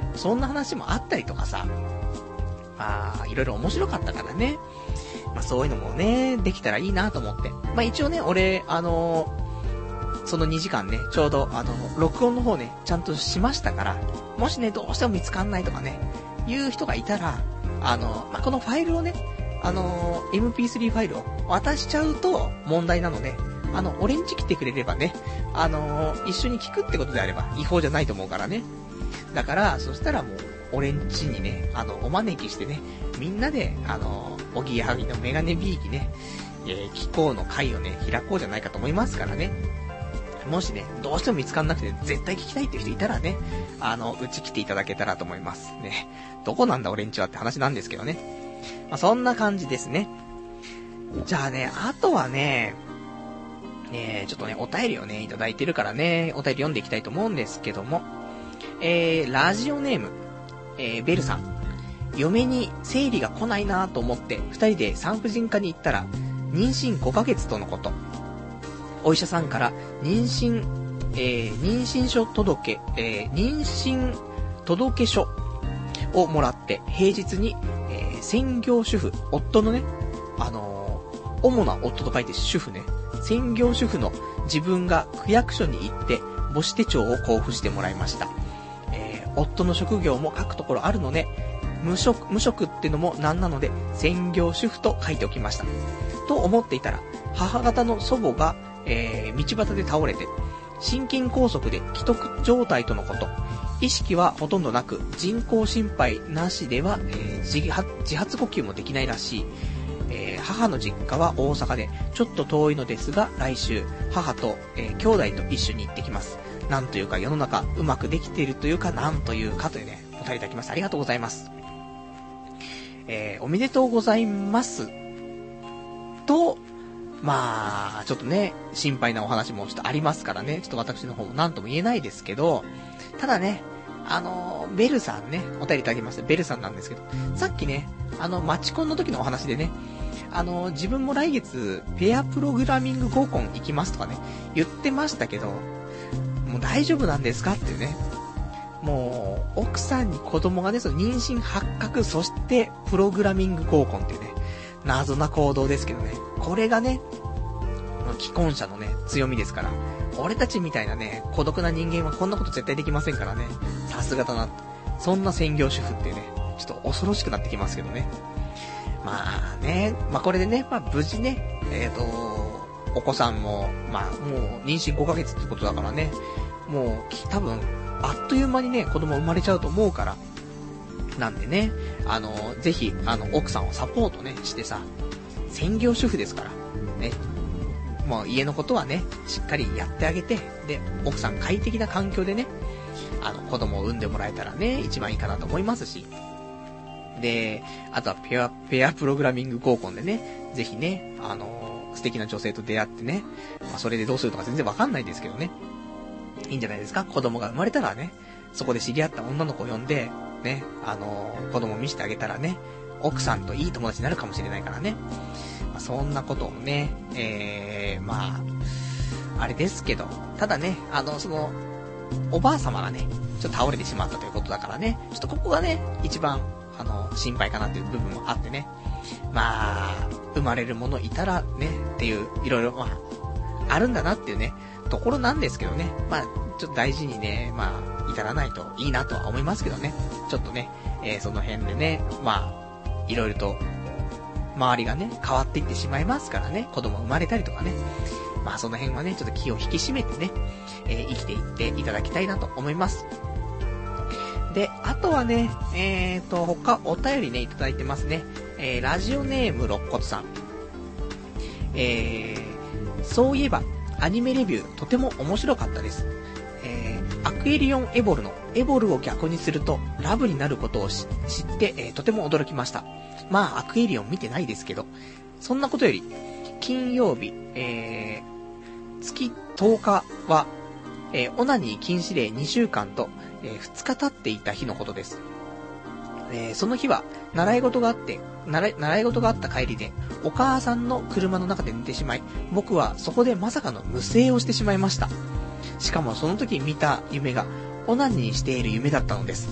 そんな話もあったりとかさ、まあ、いろいろ面白かったからね。まあそういうのもね、できたらいいなと思って。まあ一応ね、俺、あのー、そのにじかんね、ちょうど、あの、録音の方ね、ちゃんとしましたから、もしね、どうしても見つかんないとかね、いう人がいたら、あの、まあ、このファイルをね、あのー、エムピースリー ファイルを渡しちゃうと問題なので、あの、俺んち来てくれればね、あのー、一緒に聞くってことであれば違法じゃないと思うからね。だから、そしたらもう、俺んちにね、あの、お招きしてね、みんなで、あのー、おぎやはぎのメガネビーキね、えー、気候の会をね、開こうじゃないかと思いますからね。もしね、どうしても見つかんなくて絶対聞きたいっていう人いたらね、あの、うち来ていただけたらと思いますね。どこなんだ俺んちはって話なんですけどね。まあ、そんな感じですね。じゃあね、あとはね、ねちょっとね、お便りをね、いただいてるからね、お便り読んでいきたいと思うんですけども、えー、ラジオネーム、えー、ベルさん。嫁に生理が来ないなと思って二人で産婦人科に行ったら妊娠ごかげつとのこと。お医者さんから妊娠、えー、妊娠書届け、えー、妊娠届書をもらって平日に、えー、専業主婦、夫のね、あのー、主な夫と書いて主婦ね、専業主婦の自分が区役所に行って母子手帳を交付してもらいました。えー、夫の職業も書くところあるので、無職、無職ってのもなんなので、専業主婦と書いておきました。と思っていたら、母方の祖母が、えー、道端で倒れて、心筋梗塞で危篤状態とのこと。意識はほとんどなく、人工心肺なしでは、えー、自発、自発呼吸もできないらしい。えー、母の実家は大阪で、ちょっと遠いのですが、来週、母と、えー、兄弟と一緒に行ってきます。なんというか世の中、うまくできているというか、なんというかというね、お便りいただきました。ありがとうございます。えー、おめでとうございます。と、まあ、ちょっとね、心配なお話もちょっとありますからね、ちょっと私の方も何とも言えないですけど、ただね、あの、ベルさんね、お便りいただきました。ベルさんなんですけど、さっきね、あの、マチコンの時のお話でね、あの、自分も来月、ペアプログラミング合コン行きますとかね、言ってましたけど、もう大丈夫なんですかっていうね、もう、奥さんに子供がね、その妊娠発覚、そして、プログラミング合コンっていうね、謎な行動ですけどね。これがね、既婚者のね、強みですから。俺たちみたいなね、孤独な人間はこんなこと絶対できませんからね。さすがだな。そんな専業主婦ってね、ちょっと恐ろしくなってきますけどね。まあね、まあこれでね、まあ無事ね、えっと、お子さんも、まあもう妊娠ごかげつってことだからね、もう多分、あっという間にね、子供生まれちゃうと思うから、なんでね、あの、ぜひ、あの、奥さんをサポートね、してさ、専業主婦ですから、ね、もう家のことはね、しっかりやってあげて、で、奥さん快適な環境でね、あの、子供を産んでもらえたらね、一番いいかなと思いますし、で、あとはペア、ペアプログラミング合コンでね、ぜひね、あの、素敵な女性と出会ってね、まあ、それでどうするとか全然わかんないですけどね、いいんじゃないですか。子供が生まれたらね、そこで知り合った女の子を呼んで、ね、あのー、子供を見せてあげたらね、奥さんといい友達になるかもしれないからね。まあ、そんなことをね、えー、まあ、あれですけど、ただね、あの、その、おばあ様がね、ちょっと倒れてしまったということだからね、ちょっとここがね、一番、あの、心配かなっていう部分もあってね。まあ、生まれるものいたらね、っていう、いろいろ、まあ、あるんだなっていうね、ところなんですけどね。まあ、ちょっと大事にね、まあ、至らないといいなとは思いますけどね。ちょっとね、えー、その辺でね、まあ、いろいろと、周りがね、変わっていってしまいますからね。子供生まれたりとかね。まあ、その辺はね、ちょっと気を引き締めてね、えー、生きていっていただきたいなと思います。で、あとはね、えーと、他、お便りね、いただいてますね。えー、ラジオネーム、ろっこつさん。えー、そういえば、アニメレビューとても面白かったです。えー、アクエリオンエボルのエボルを逆にするとラブになることを知って、えー、とても驚きました。まあアクエリオン見てないですけど、そんなことより金曜日、えー、月とおかは、えー、オナニー禁止令にしゅうかんと、えー、ふつか経っていた日のことです。えー、その日は習い事があって習い、習い事があった帰りでお母さんの車の中で寝てしまい、僕はそこでまさかの無声をしてしまいました。しかもその時見た夢がオナニーしている夢だったのです。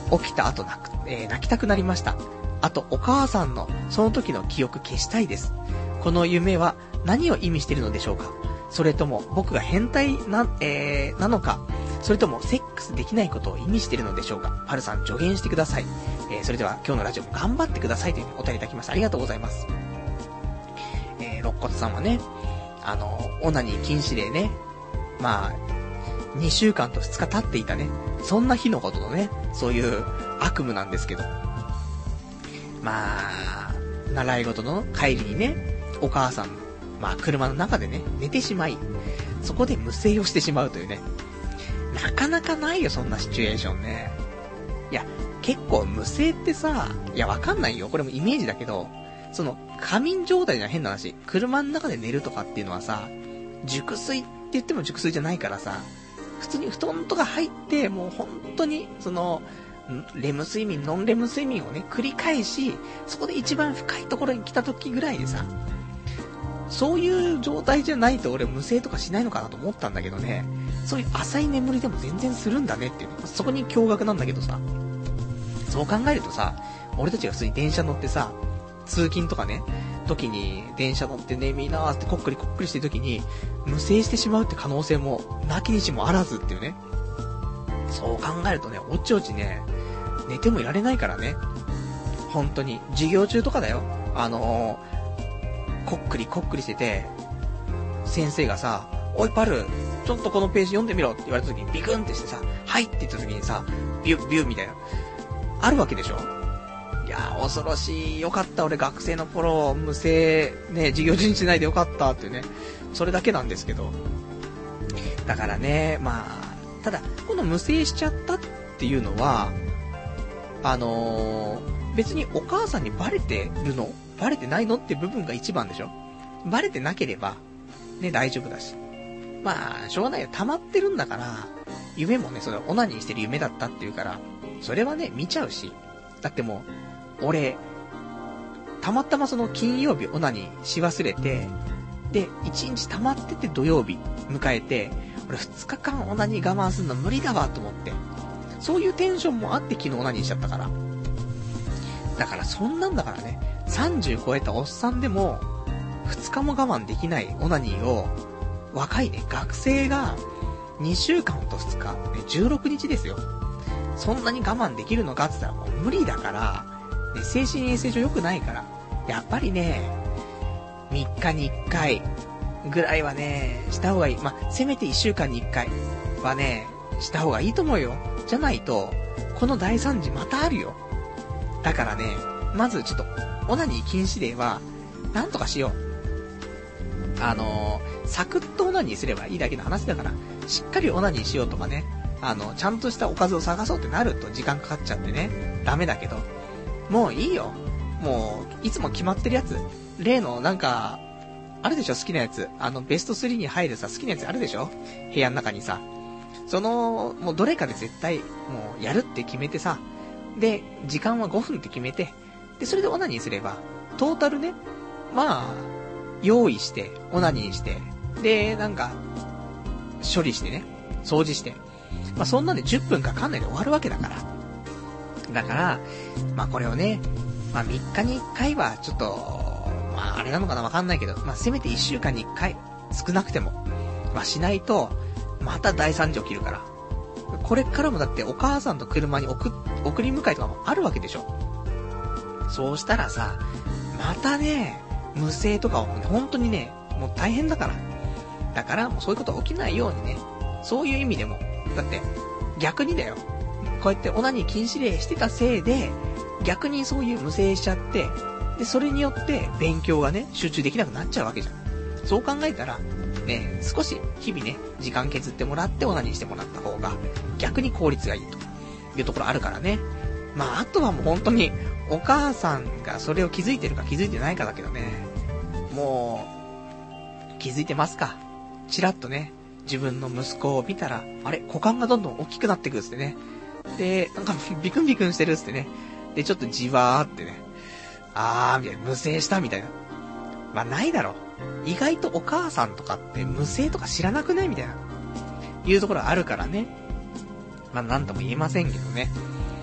起きた後泣く、えー、泣きたくなりました。あと、お母さんのその時の記憶消したいです。この夢は何を意味しているのでしょうか。それとも僕が変態な、えー、なのか、それともセックスできないことを意味しているのでしょうか。パルさん助言してください。えー、それでは今日のラジオも頑張ってくださいというお便りいただきました。ありがとうございます。えー、肋骨さんはね、あの、オナニー禁止令ね、まあ、にしゅうかんとふつか経っていたね、そんな日のことのね、そういう悪夢なんですけど。まあ、習い事の帰りにね、お母さん、まあ車の中でね、寝てしまい、そこで無声をしてしまうというね。なかなかないよ、そんなシチュエーションね。いや、結構無声ってさ、いやわかんないよ、これもイメージだけど、その、仮眠状態じゃ変な話、車の中で寝るとかっていうのはさ、熟睡って言っても熟睡じゃないからさ、普通に布団とか入って、もう本当に、その、レム睡眠、ノンレム睡眠をね、繰り返し、そこで一番深いところに来た時ぐらいでさ、そういう状態じゃないと俺無声とかしないのかなと思ったんだけどね、そういう浅い眠りでも全然するんだねっていう、そこに驚愕なんだけどさ、そう考えるとさ、俺たちが普通に電車乗ってさ、通勤とかね、時に電車乗って眠いなーってこっくりこっくりしてる時に無声してしまうって可能性もなきにしもあらずっていうね。そう考えるとね、おちおちね、寝てもいられないからね。本当に授業中とかだよ。あのー、こっくりこっくりしてて、先生がさ、おいパル、ちょっとこのページ読んでみろって言われた時にビクンってしてさ、はいって言った時にさ、ビュッビュッみたいなあるわけでしょ。いやー恐ろしい。よかった俺学生の頃無声ね、授業中にしないでよかったってね、それだけなんですけど。だからね、まあただこの無声しちゃったっていうのはあのー、別にお母さんにバレてるのバレてないのって部分が一番でしょ。バレてなければね大丈夫だし、まあしょうがないよ、溜まってるんだから。夢もね、それオナニーしてる夢だったっていうからそれはね見ちゃうし、だってもう俺たまたまその金曜日オナニーし忘れて、で一日溜まってて土曜日迎えて、俺ふつかかんオナニー我慢するの無理だわと思って、そういうテンションもあって昨日オナニーしちゃったから。だからそんなんだからね、さんじゅう超えたおっさんでもふつかも我慢できないオナニーを若いね学生がにしゅうかんとふつか、ね、じゅうろくにちですよ。そんなに我慢できるのかって言ったらもう無理だから、ね、精神衛生上良くないから、やっぱりねみっかにいっかいぐらいはねした方がいい。まあ、せめていっしゅうかんにいっかいはねした方がいいと思うよ。じゃないとこの大惨事またあるよ。だからね、まずちょっとオナニー禁止令はなんとかしよう。あのー、サクッとオナニーすればいいだけの話だから、しっかりオナニーしようとかね、あのちゃんとしたおかずを探そうってなると時間かかっちゃってねダメだけど、もういいよ。もういつも決まってるやつ、例のなんかあるでしょ、好きなやつ、あのベストスリーに入るさ好きなやつあるでしょ、部屋の中にさ。そのもうどれかで絶対もうやるって決めてさ、で時間はごふんって決めて、でそれでオナニーすればトータルね、まあ用意してオナニーして、でなんか処理してね、掃除して、まあそんなんでじゅっぷんかかんないで終わるわけだから。だからまあこれをね、まあみっかにいっかいはちょっとまああれなのかなわかんないけど、まあせめていっしゅうかんにいっかい少なくてもまあしないとまた大惨事起きるから。これからもだってお母さんと車に送送り迎えとかもあるわけでしょ。そうしたらさ、またね無声とかを本当にねもう大変だから。だからもうそういうこと起きないようにね、そういう意味でも、だって逆にだよ、こうやってオナニー禁止令してたせいで逆にそういう無声しちゃって、でそれによって勉強がね集中できなくなっちゃうわけじゃん。そう考えたらね、少し日々ね時間削ってもらってオナニーしてもらった方が逆に効率がいいというところあるからね。まああとはもう本当にお母さんがそれを気づいてるか気づいてないかだけどね、もう気づいてますか。チラッとね自分の息子を見たら、あれ股間がどんどん大きくなってくるっつってね、でなんかビクンビクンしてるっつってね、でちょっとじわーってね、あーみたいな、無声したみたいな、まあないだろう。意外とお母さんとかって無声とか知らなくないみたいないうところあるからね、まあなんとも言えませんけどね。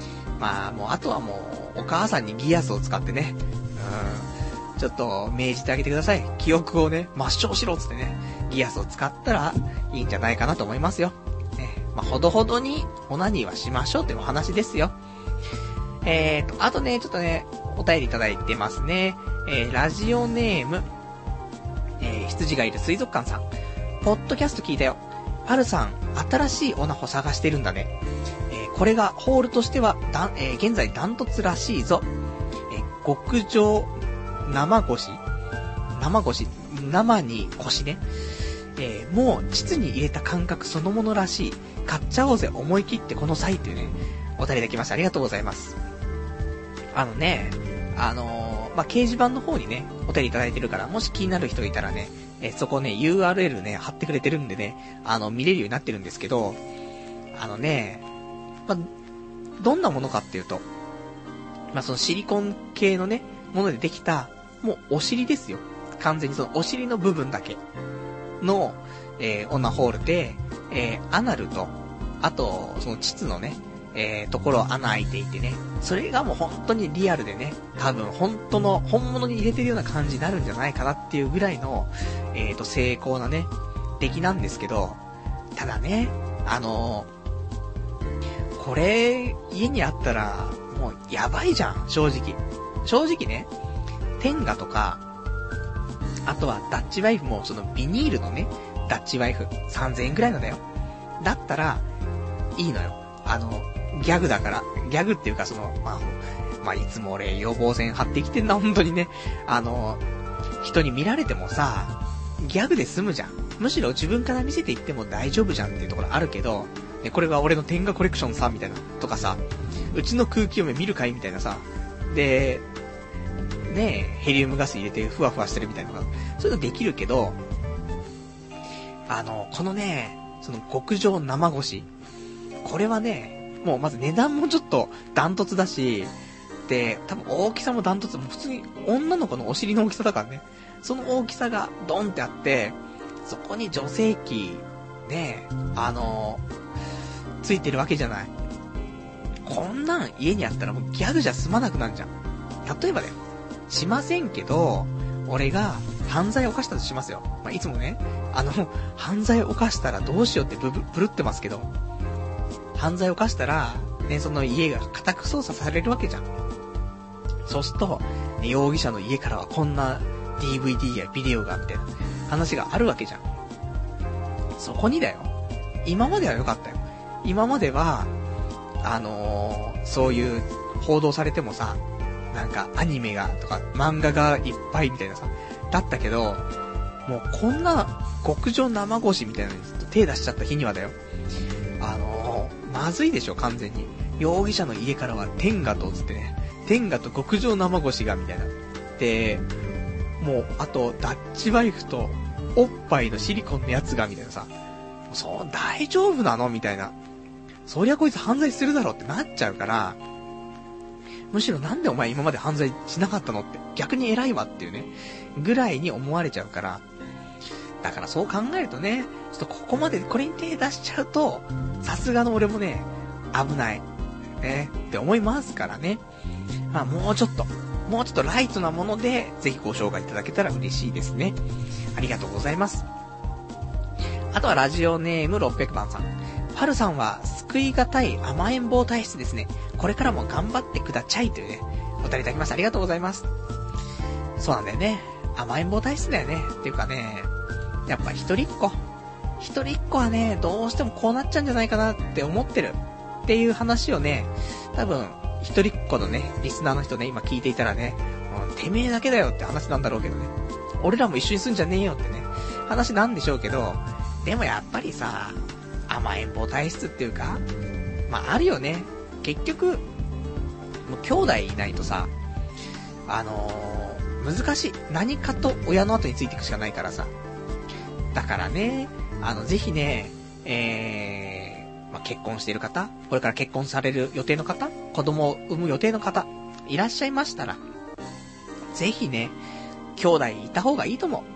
まあ、もう、あとはもう、お母さんにギアスを使ってね、うん、ちょっと、命じてあげてください。記憶をね、抹消しろっつってね、ギアスを使ったら、いいんじゃないかなと思いますよ。ね、まあ、ほどほどに、オナニーはしましょうっていうお話ですよ。えーと、あとね、ちょっとね、お便りいただいてますね。えー、ラジオネーム、えー、羊がいる水族館さん。ポッドキャスト聞いたよ。パルさん、新しいオナホ探してるんだね。えー、これがホールとしては、だん、えー、現在ダントツらしいぞ。えー、極上生腰生腰生に腰ね。えー、もう、膣に入れた感覚そのものらしい。買っちゃおうぜ、思い切ってこの際というね、お便りいただきました。ありがとうございます。あのね、あのー、まあ、掲示板の方にね、お便りいただいてるから、もし気になる人がいたらね、えー、そこね、ユーアールエル ね、貼ってくれてるんでね、あの、見れるようになってるんですけど、あのね、まあ、どんなものかっていうと、まあ、そのシリコン系のね、ものでできた、もうお尻ですよ。完全にそのお尻の部分だけの、えー、オナホールで、えー、アナルと、あと、その膣のね、えー、ところ穴開いていてね、それがもう本当にリアルでね、多分本当の、本物に入れてるような感じになるんじゃないかなっていうぐらいの、えーと、精巧なね、出来なんですけど、ただね、あのー、これ、家にあったら、もうやばいじゃん、正直。正直ね、テンガとか、あとはダッチワイフもそのビニールのね、ダッチワイフさんぜんえんぐらいのだよ。だったら、いいのよ。あの、ギャグだから、ギャグっていうかその、まあ、まあ、いつも俺予防線張ってきてんな、本当にね。あの、人に見られてもさ、ギャグで済むじゃん。むしろ自分から見せていっても大丈夫じゃんっていうところあるけど、ね、これが俺の天下コレクションさ、みたいな、とかさ、うちの空気読め見るかいみたいなさ、で、ねえ、ヘリウムガス入れてふわふわしてるみたいなのが、そういうのできるけど、あの、このね、その極上生腰、これはね、もうまず値段もちょっとダントツだし、で、多分大きさもダントツ、もう普通に女の子のお尻の大きさだからね。その大きさがドンってあって、そこに女性器、ね、あの、ついてるわけじゃない。こんなん家にあったらもうギャグじゃ済まなくなるじゃん。例えばだよ。しませんけど、俺が犯罪を犯したとしますよ。まあ、いつもね、あの、犯罪を犯したらどうしようってブブ、ブルってますけど、犯罪を犯したら、ね、その家が家宅捜査されるわけじゃん。そうすると、ね、容疑者の家からはこんな ディーブイディー やビデオがみたいな話があるわけじゃん。そこにだよ。今までは良かったよ。今までは、あのー、そういう報道されてもさ、なんかアニメがとか漫画がいっぱいみたいなさ、だったけど、もうこんな極上生腰みたいなのに手出しちゃった日にはだよ。あのー、まずいでしょ、完全に。容疑者の家からは天下とつってね、天下と極上生腰がみたいな。で、もうあとダッチワイフとおっぱいのシリコンのやつがみたいなさ、そう大丈夫なのみたいな。そりゃこいつ犯罪するだろうってなっちゃうから、むしろなんでお前今まで犯罪しなかったのって逆に偉いわっていうねぐらいに思われちゃうから、だからそう考えるとね、ちょっとここまでこれに手出しちゃうとさすがの俺もね危ないねって思いますからね。まあもうちょっともうちょっとライトなものでぜひご紹介いただけたら嬉しいですね。ありがとうございます。あとはラジオネームろっぴゃくばんさん。パルさんは救いがたい甘えん坊体質ですね。これからも頑張ってくだちゃいというね、お便りいただきました。ありがとうございます。そうなんだよね。甘えん坊体質だよね。っていうかね、やっぱ一人っ子。一人っ子はね、どうしてもこうなっちゃうんじゃないかなって思ってる。っていう話をね、多分、一人っ子のね、リスナーの人ね、今聞いていたらね、うん、てめえだけだよって話なんだろうけどね。俺らも一緒にすんじゃねえよってね、話なんでしょうけど、でもやっぱりさ、甘えん坊体質っていうか、まああるよね。結局、もう兄弟いないとさ、あのー、難しい。何かと親の後についていくしかないからさ。だからね、あの、ぜひね、えー、まあ、結婚している方、これから結婚される予定の方、子供を産む予定の方、いらっしゃいましたら、ぜひね、兄弟いた方がいいと思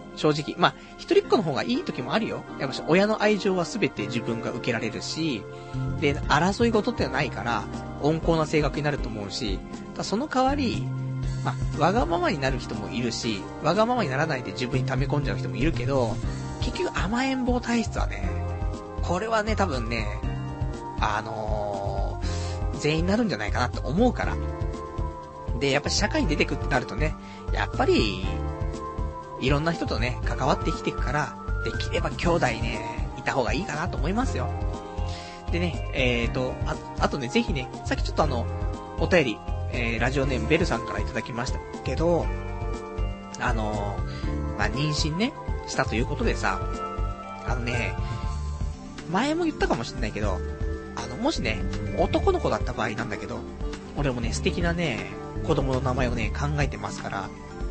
正直。まあ、一人っ子の方がいい時もあるよ。やっぱ親の愛情は全て自分が受けられるし、で、争い事ってのはないから、温厚な性格になると思うし、だその代わり、まあ、わがままになる人もいるし、わがままにならないで自分に溜め込んじゃう人もいるけど、結局甘えん坊体質はね、これはね、多分ね、あのー、全員なるんじゃないかなって思うから。で、やっぱり社会に出てくってなるとね、やっぱり、いろんな人とね、関わって生きていくから、できれば兄弟ね、いた方がいいかなと思いますよ。でね、えーと、あ、あとね、ぜひね、さっきちょっとあの、お便り、えー、ラジオネームベルさんからいただきましたけど、あのー、まあ、妊娠ね、したということでさ、あのね、前も言ったかもしれないけど、あの、もしね、男の子だった場合なんだけど、俺もね、素敵なね、子供の名前をね、考えてますから、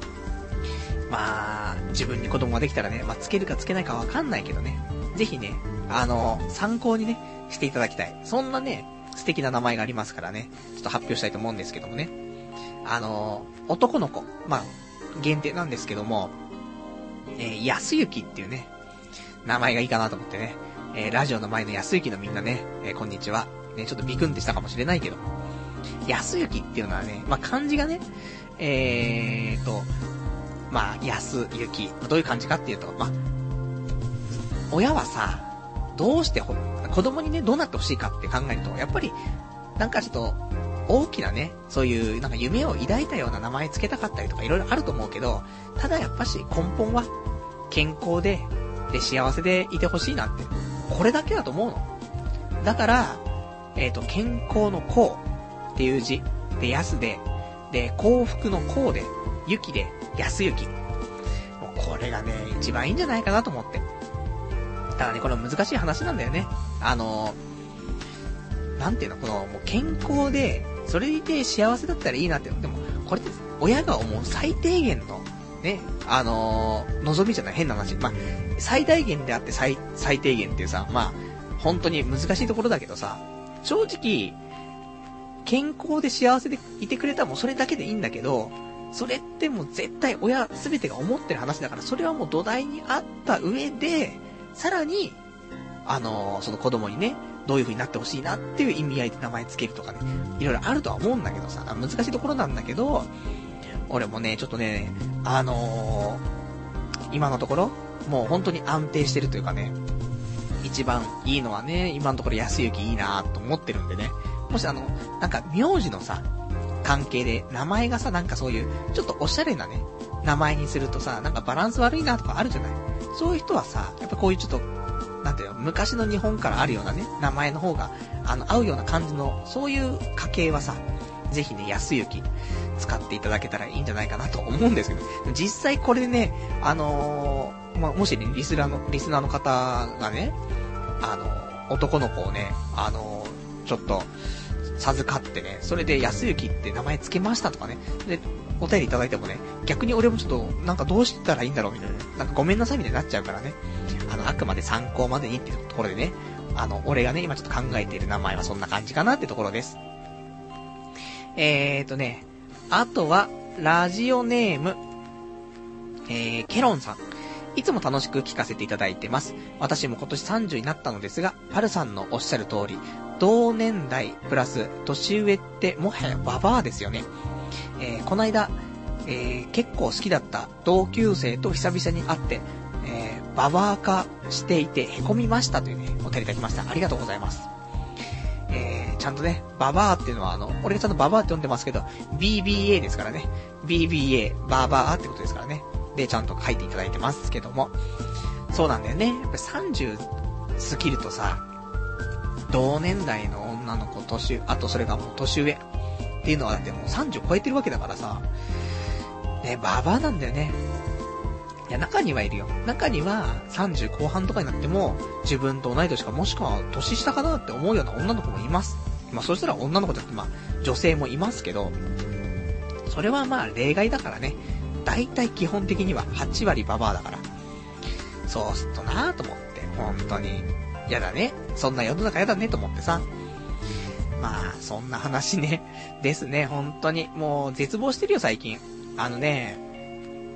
まあ、自分に子供ができたらね、まあ、つけるかつけないかわかんないけどね、ぜひね、あの、参考にね、していただきたい。そんなね、素敵な名前がありますからね、ちょっと発表したいと思うんですけどもね。あの、男の子、まあ、限定なんですけども、えー、安幸っていうね、名前がいいかなと思ってね、えー、ラジオの前の安幸のみんなね、えー、こんにちは。ね、ちょっとビクンってしたかもしれないけど、安幸っていうのはね、まあ、漢字がね、えーと、まあ、安幸、どういう感じかっていうと、まあ、親はさ、どうしてほ、子供にね、どうなってほしいかって考えると、やっぱり、なんかちょっと、大きなね、そういう、なんか夢を抱いたような名前つけたかったりとか、いろいろあると思うけど、ただやっぱし、根本は、健康で、で、幸せでいてほしいなって、これだけだと思うの。だから、えっと、健康の幸っていう字、で、安で、で、幸福の幸で、幸で、安幸。もうこれがね、一番いいんじゃないかなと思って。ただね、これ難しい話なんだよね。あの、なんていうの、この、もう健康で、それで幸せだったらいいなって。でも、これって、親が思う最低限の、ね、あのー、望みじゃない、変な話。まあ、最大限であって最、最低限っていうさ、まあ、本当に難しいところだけどさ、正直、健康で幸せでいてくれたらもうそれだけでいいんだけど、それってもう絶対親すべてが思ってる話だから、それはもう土台にあった上で、さらに、あのー、その子供にね、どういう風になってほしいなっていう意味合いで名前つけるとかね、いろいろあるとは思うんだけどさ、難しいところなんだけど、俺もね、ちょっとね、あのー、今のところ、もう本当に安定してるというかね、一番いいのはね、今のところ安幸いいなと思ってるんでね、もしあの、なんか名字のさ、関係で、名前がさ、なんかそういう、ちょっとおしゃれなね、名前にするとさ、なんかバランス悪いなとかあるじゃない。そういう人はさ、やっぱこういうちょっと、なんていうの、昔の日本からあるようなね、名前の方が、あの、合うような感じの、そういう家系はさ、ぜひね、安幸、使っていただけたらいいんじゃないかなと思うんですけど、実際これでね、あのー、まあ、もしね、リスナーの、リスナーの方がね、あの、男の子をね、あのー、ちょっと、授かってね、それで安幸って名前つけましたとかね、で、お便りいただいてもね、逆に俺もちょっと、なんかどうしたらいいんだろうみたいな、なんかごめんなさいみたいになっちゃうからね、あの、あくまで参考までにっていうところでね、あの、俺がね、今ちょっと考えている名前はそんな感じかなってところです。えーとね、あとは、ラジオネーム、えー、ケロンさん。いつも楽しく聞かせていただいてます。私も今年さんじゅうになったのですが、パルさんのおっしゃる通り、同年代プラス年上ってもはやババアですよね。えー、この間、えー、結構好きだった同級生と久々に会って、えー、ババア化していて凹みましたというね、お便りいただきました。ありがとうございます。えー、ちゃんとね、ババアっていうのはあの、俺がちゃんとババアって呼んでますけど、ビービーエー ですからね。ビービーエー、ババアってことですからね。で、ちゃんと書いていただいてますけども。そうなんだよね。やっぱりさんじゅう過ぎるとさ、同年代の女の子、年、あとそれがもう年上っていうのはだってもうさんじゅう超えてるわけだからさ、ね、ババアなんだよね。いや、中にはいるよ。中にはさんじゅう後半とかになっても自分と同い年かもしくは年下かなって思うような女の子もいます。まあそしたら女の子じゃなくてまあ女性もいますけど、それはまあ例外だからね。大体基本的にははち割ババアだから。そうすっとなぁと思って、本当に。やだね。そんな世の中やだねと思ってさ。まあ、そんな話ね。ですね、本当に。もう絶望してるよ最近。あのね、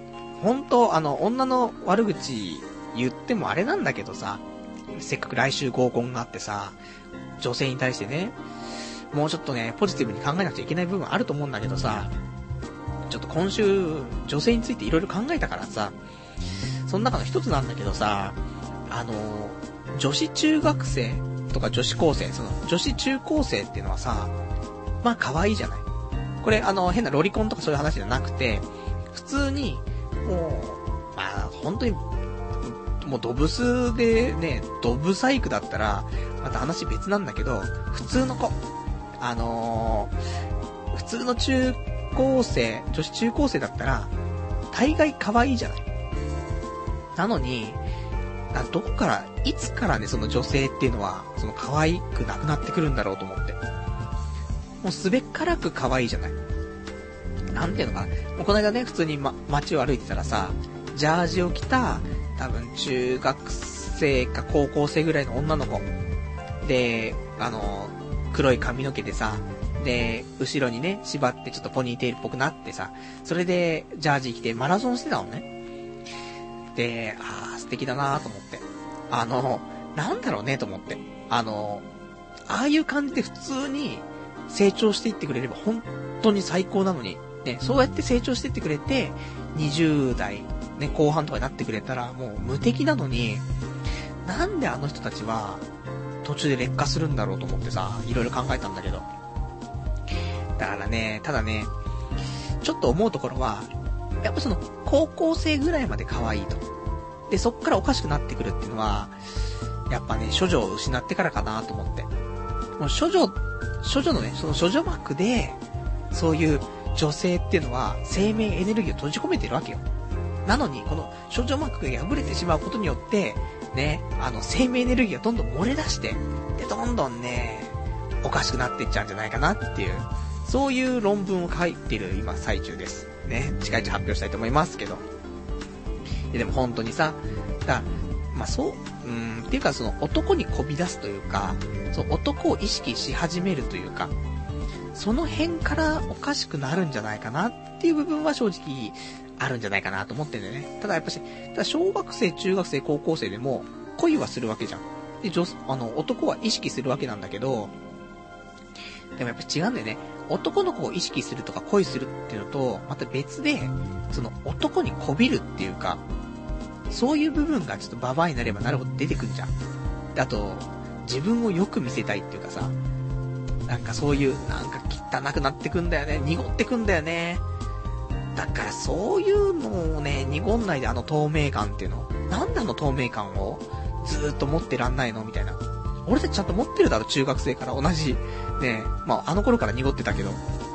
ほんと、あの、女の悪口言ってもあれなんだけどさ、せっかく来週合コンがあってさ、女性に対してね、もうちょっとね、ポジティブに考えなくちゃいけない部分あると思うんだけどさ、ちょっと今週、女性についていろいろ考えたからさ、その中の一つなんだけどさ、あの、女子中学生とか女子高生、その、女子中高生っていうのはさ、まあ可愛いじゃない。これ、あの、変なロリコンとかそういう話じゃなくて、普通に、もう、まあ、本当に、もうドブスでね、ドブサイクだったら、また話別なんだけど、普通の子、あのー、普通の中高生、女子中高生だったら、大概可愛いじゃない。なのに、どこから、いつからね、その女性っていうのは、その可愛くなくなってくるんだろうと思って。もうすべからく可愛いじゃない。なんていうのかな。もうこの間ね、普通に、ま、街を歩いてたらさ、ジャージを着た、多分中学生か高校生ぐらいの女の子。で、あの、黒い髪の毛でさ、で、後ろにね、縛ってちょっとポニーテールっぽくなってさ、それで、ジャージ着てマラソンしてたのね。で、あー、素敵だなーと思って。あの、なんだろうねと思って。あの、ああいう感じで普通に成長していってくれれば本当に最高なのに。ね、そうやって成長していってくれて、にじゅう代、ね、後半とかになってくれたらもう無敵なのに、なんであの人たちは途中で劣化するんだろうと思ってさ、いろいろ考えたんだけど。だからね、ただね、ちょっと思うところは、やっぱその、高校生ぐらいまで可愛いと。で、そっからおかしくなってくるっていうのは、やっぱね、処女を失ってからかなと思って。もう処女、処女のね、その処女膜で、そういう女性っていうのは、生命エネルギーを閉じ込めてるわけよ。なのに、この処女膜が破れてしまうことによって、ね、あの、生命エネルギーがどんどん漏れ出して、で、どんどんね、おかしくなっていっちゃうんじゃないかなっていう、そういう論文を書いてる今最中です。ね、近いうち発表したいと思いますけど。で, でも本当にさ、だまあそう、うーん、っていうかその男にこび出すというか、その男を意識し始めるというか、その辺からおかしくなるんじゃないかなっていう部分は正直あるんじゃないかなと思ってんだよね。ただやっぱし、ただ小学生、中学生、高校生でも恋はするわけじゃん。で、女、あの、男は意識するわけなんだけど、でもやっぱ違うんだよね。男の子を意識するとか恋するっていうのと、また別で、その男にこびるっていうか、そういう部分がちょっとババアになればなるほど出てくんじゃん。で、あと、自分をよく見せたいっていうかさ、なんかそういう、なんか汚くなってくんだよね。濁ってくんだよね。だからそういうのをね、濁んないであの透明感っていうの。なんであの透明感をずーっと持ってらんないのみたいな。俺たちちゃんと持ってるだろ、中学生から同じ。ね、まああの頃から濁ってたけど。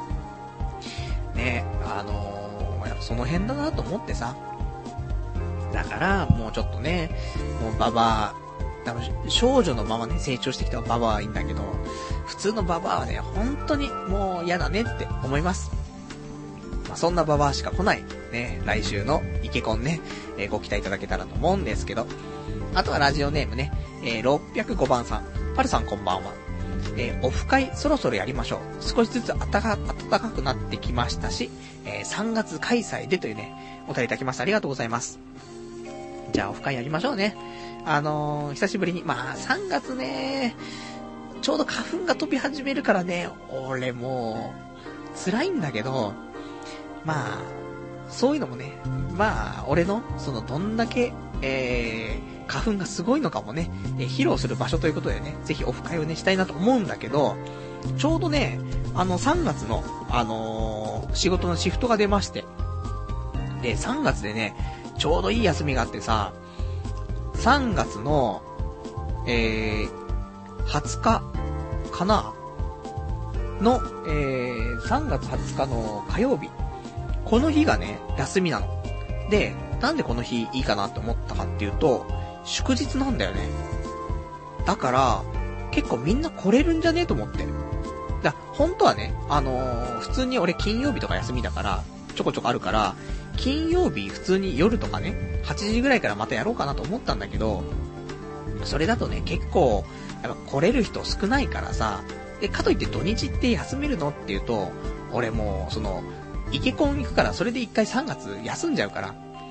ね、あのー、やっぱその辺だなと思ってさ。だから、もうちょっとね、もうババア、多分少女のままね、成長してきたババアはいいんだけど、普通のババアはね、本当にもう嫌だねって思います。まあ、そんなババアしか来ない、ね、来週のイケコンね、えー、ご期待いただけたらと思うんですけど、あとはラジオネームね、えー、ろっぴゃくごばんさん、パルさんこんばんは。えー、オフ会そろそろやりましょう。少しずつ暖か、暖かくなってきましたし、えー、さんがつ開催でというね、お便りいただきました。ありがとうございます。じゃあオフ会やりましょうね。あのー、久しぶりに、まあさんがつね、ちょうど花粉が飛び始めるからね、俺もう、辛いんだけど、まあ、そういうのもね、まあ、俺の、そのどんだけ、えー、花粉がすごいのかもね、えー、披露する場所ということでね、ぜひオフ会をね、したいなと思うんだけど、ちょうどね、あのさんがつの、あのー、仕事のシフトが出まして、で、さんがつでね、ちょうどいい休みがあってさ、さんがつの、えー、はつかかなの、えー、さんがつはつかの火曜日。この日がね、休みなの。で、なんでこの日いいかなって思ったかっていうと、祝日なんだよね。だから、結構みんな来れるんじゃねえと思って。だ、本当はね、あのー、普通に俺金曜日とか休みだから、ちょこちょこあるから、金曜日普通に夜とかね、はちじぐらいからまたやろうかなと思ったんだけど、それだとね、結構、やっぱ来れる人少ないからさ、で、かといって土日って休めるのっていうと、俺もう、その、イケコン行くからそれで一回さんがつ休んじゃうから、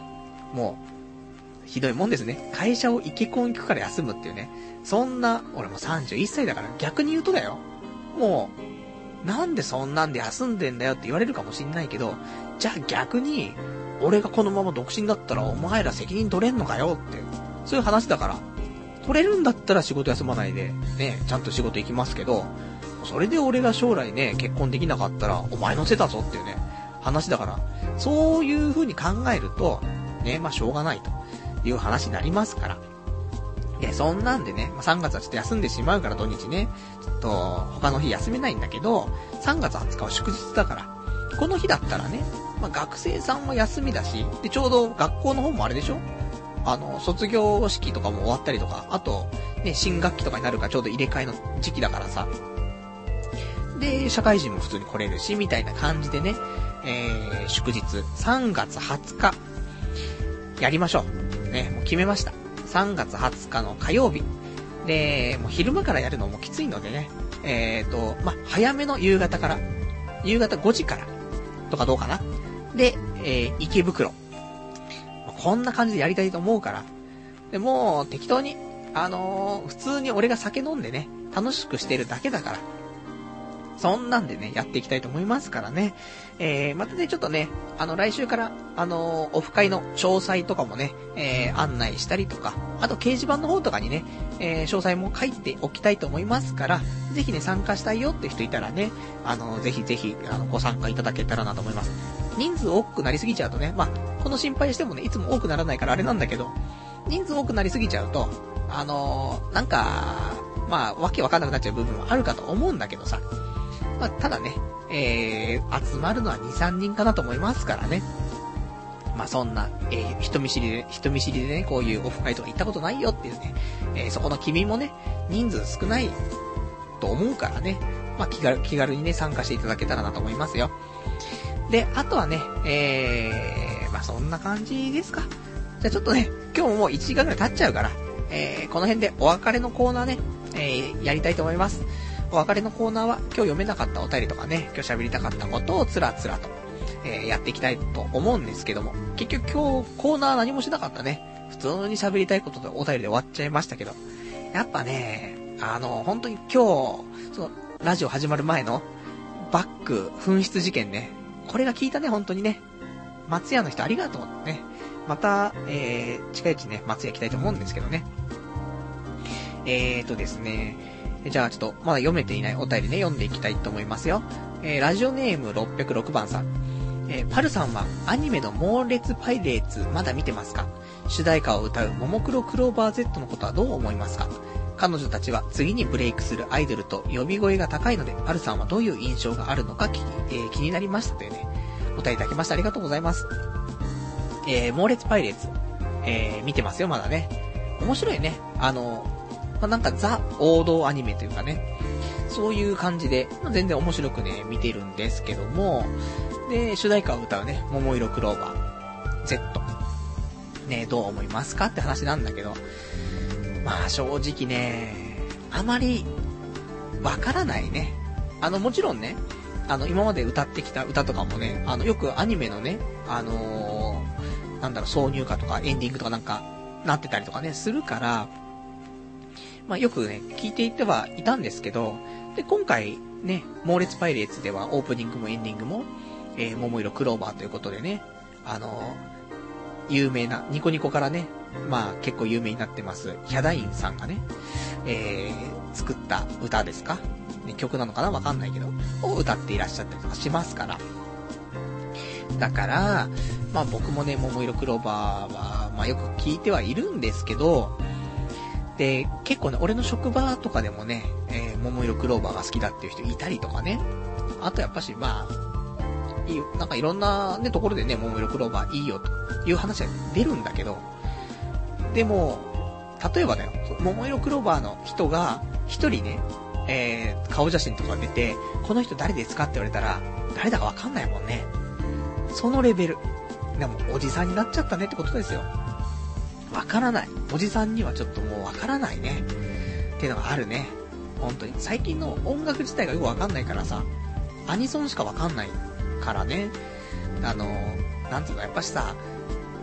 もう、ひどいもんですね。会社をイケコン行くから休むっていうね。そんな、俺もさんじゅういっさいだから逆に言うとだよ。もう、なんでそんなんで休んでんだよって言われるかもしんないけど、じゃあ逆に、俺がこのまま独身だったらお前ら責任取れんのかよって、そういう話だから、取れるんだったら仕事休まないで、ね、ちゃんと仕事行きますけど、それで俺が将来ね、結婚できなかったら、お前のせだぞっていうね、話だから、そういう風に考えると、ね、まあしょうがないという話になりますから。いや、そんなんでね、まあ、さんがつはちょっと休んでしまうから土日ね、ちょっと他の日休めないんだけど、さんがつはつかは祝日だから、この日だったらね、まあ学生さんは休みだし、で、ちょうど学校の方もあれでしょ？あの、卒業式とかも終わったりとか、あと、ね、新学期とかになるからちょうど入れ替えの時期だからさ、で、社会人も普通に来れるし、みたいな感じでね、えー、祝日、さんがつはつか、やりましょう。ね、もう決めました。さんがつはつかの火曜日。で、もう昼間からやるのもきついのでね、えーと、ま、早めの夕方から、夕方ごじから、とかどうかな。で、えー、池袋。こんな感じでやりたいと思うから。で、もう適当に、あのー、普通に俺が酒飲んでね、楽しくしてるだけだから。そんなんでね、やっていきたいと思いますからね。えー、またね、ちょっとね、あの、来週から、あのー、オフ会の詳細とかもね、えー、案内したりとか、あと掲示板の方とかにね、えー、詳細も書いておきたいと思いますから、ぜひね、参加したいよって人いたらね、あのー、ぜひぜひ、あの、ご参加いただけたらなと思います。人数多くなりすぎちゃうとね、まあ、この心配してもね、いつも多くならないからあれなんだけど、人数多くなりすぎちゃうと、あのー、なんか、まあ、わけわかんなくなっちゃう部分もあるかと思うんだけどさ、まあ、ただね、えー、集まるのはに、さんにんかなと思いますからね。まあ、そんな、えー、人見知りで、人見知りでね、こういうオフ会とか行ったことないよっていうね、えー、そこの君もね、人数少ないと思うからね、まあ、気軽、気軽にね、参加していただけたらなと思いますよ。で、あとはね、えー、まあ、そんな感じですか。じゃあちょっとね、今日ももういちじかんくらい経っちゃうから、えー、この辺でお別れのコーナーね、えー、やりたいと思います。お別れのコーナーは今日読めなかったお便りとかね、今日喋りたかったことをつらつらと、えー、やっていきたいと思うんですけども、結局今日コーナー何もしなかったね。普通に喋りたいことでお便りで終わっちゃいましたけど、やっぱね、あの、本当に今日、その、ラジオ始まる前のバック紛失事件ね、これが聞いたね、本当にね。松屋の人ありがとうね。また、えー、近いうちね、松屋行きたいと思うんですけどね。えーとですね、じゃあちょっと、まだ読めていないお便りね、読んでいきたいと思いますよ。えー、ラジオネームろっぴゃくろくばんさん。えー、パルさんはアニメの猛烈パイレーツまだ見てますか？主題歌を歌うももクロクローバー Z のことはどう思いますか？彼女たちは次にブレイクするアイドルと呼び声が高いので、パルさんはどういう印象があるのか気に、えー、気になりましたというね、お便りいただきました。ありがとうございます。えー、猛烈パイレーツ、えー、見てますよ、まだね。面白いね。あの、まあ、なんかザ王道アニメというかね、そういう感じで、まあ、全然面白くね、見てるんですけども、で、主題歌を歌うね、桃色クローバー Z。ね、どう思いますかって話なんだけど、まあ正直ね、あまり、わからないね。あの、もちろんね、あの、今まで歌ってきた歌とかもね、あの、よくアニメのね、あのー、なんだろう、挿入歌とかエンディングとかなんか、なってたりとかね、するから、まあよくね、聞いていてはいたんですけど、で、今回ね、猛烈パイレーツではオープニングもエンディングも、えー、桃色クローバーということでね、あのー、有名な、ニコニコからね、まあ結構有名になってます、ヒャダインさんがね、えー、作った歌ですか、ね、曲なのかなわかんないけど、を歌っていらっしゃったりとかしますから。だから、まあ僕もね、桃色クローバーは、まあよく聞いてはいるんですけど、で、結構ね、俺の職場とかでもね、えー、桃色クローバーが好きだっていう人いたりとかね。あとやっぱし、まあ、いい、なんかいろんなね、ところでね、桃色クローバーいいよという話は出るんだけど、でも、例えばだよ、桃色クローバーの人が、一人ね、えー、顔写真とか出て、この人誰ですかって言われたら、誰だかわかんないもんね。そのレベル。でも、おじさんになっちゃったねってことですよ。わからない。おじさんにはちょっともうわからないね。っていうのがあるね。本当に。最近の音楽自体がよくわかんないからさ、アニソンしかわかんないからね。あの、なんつうの、やっぱしさ、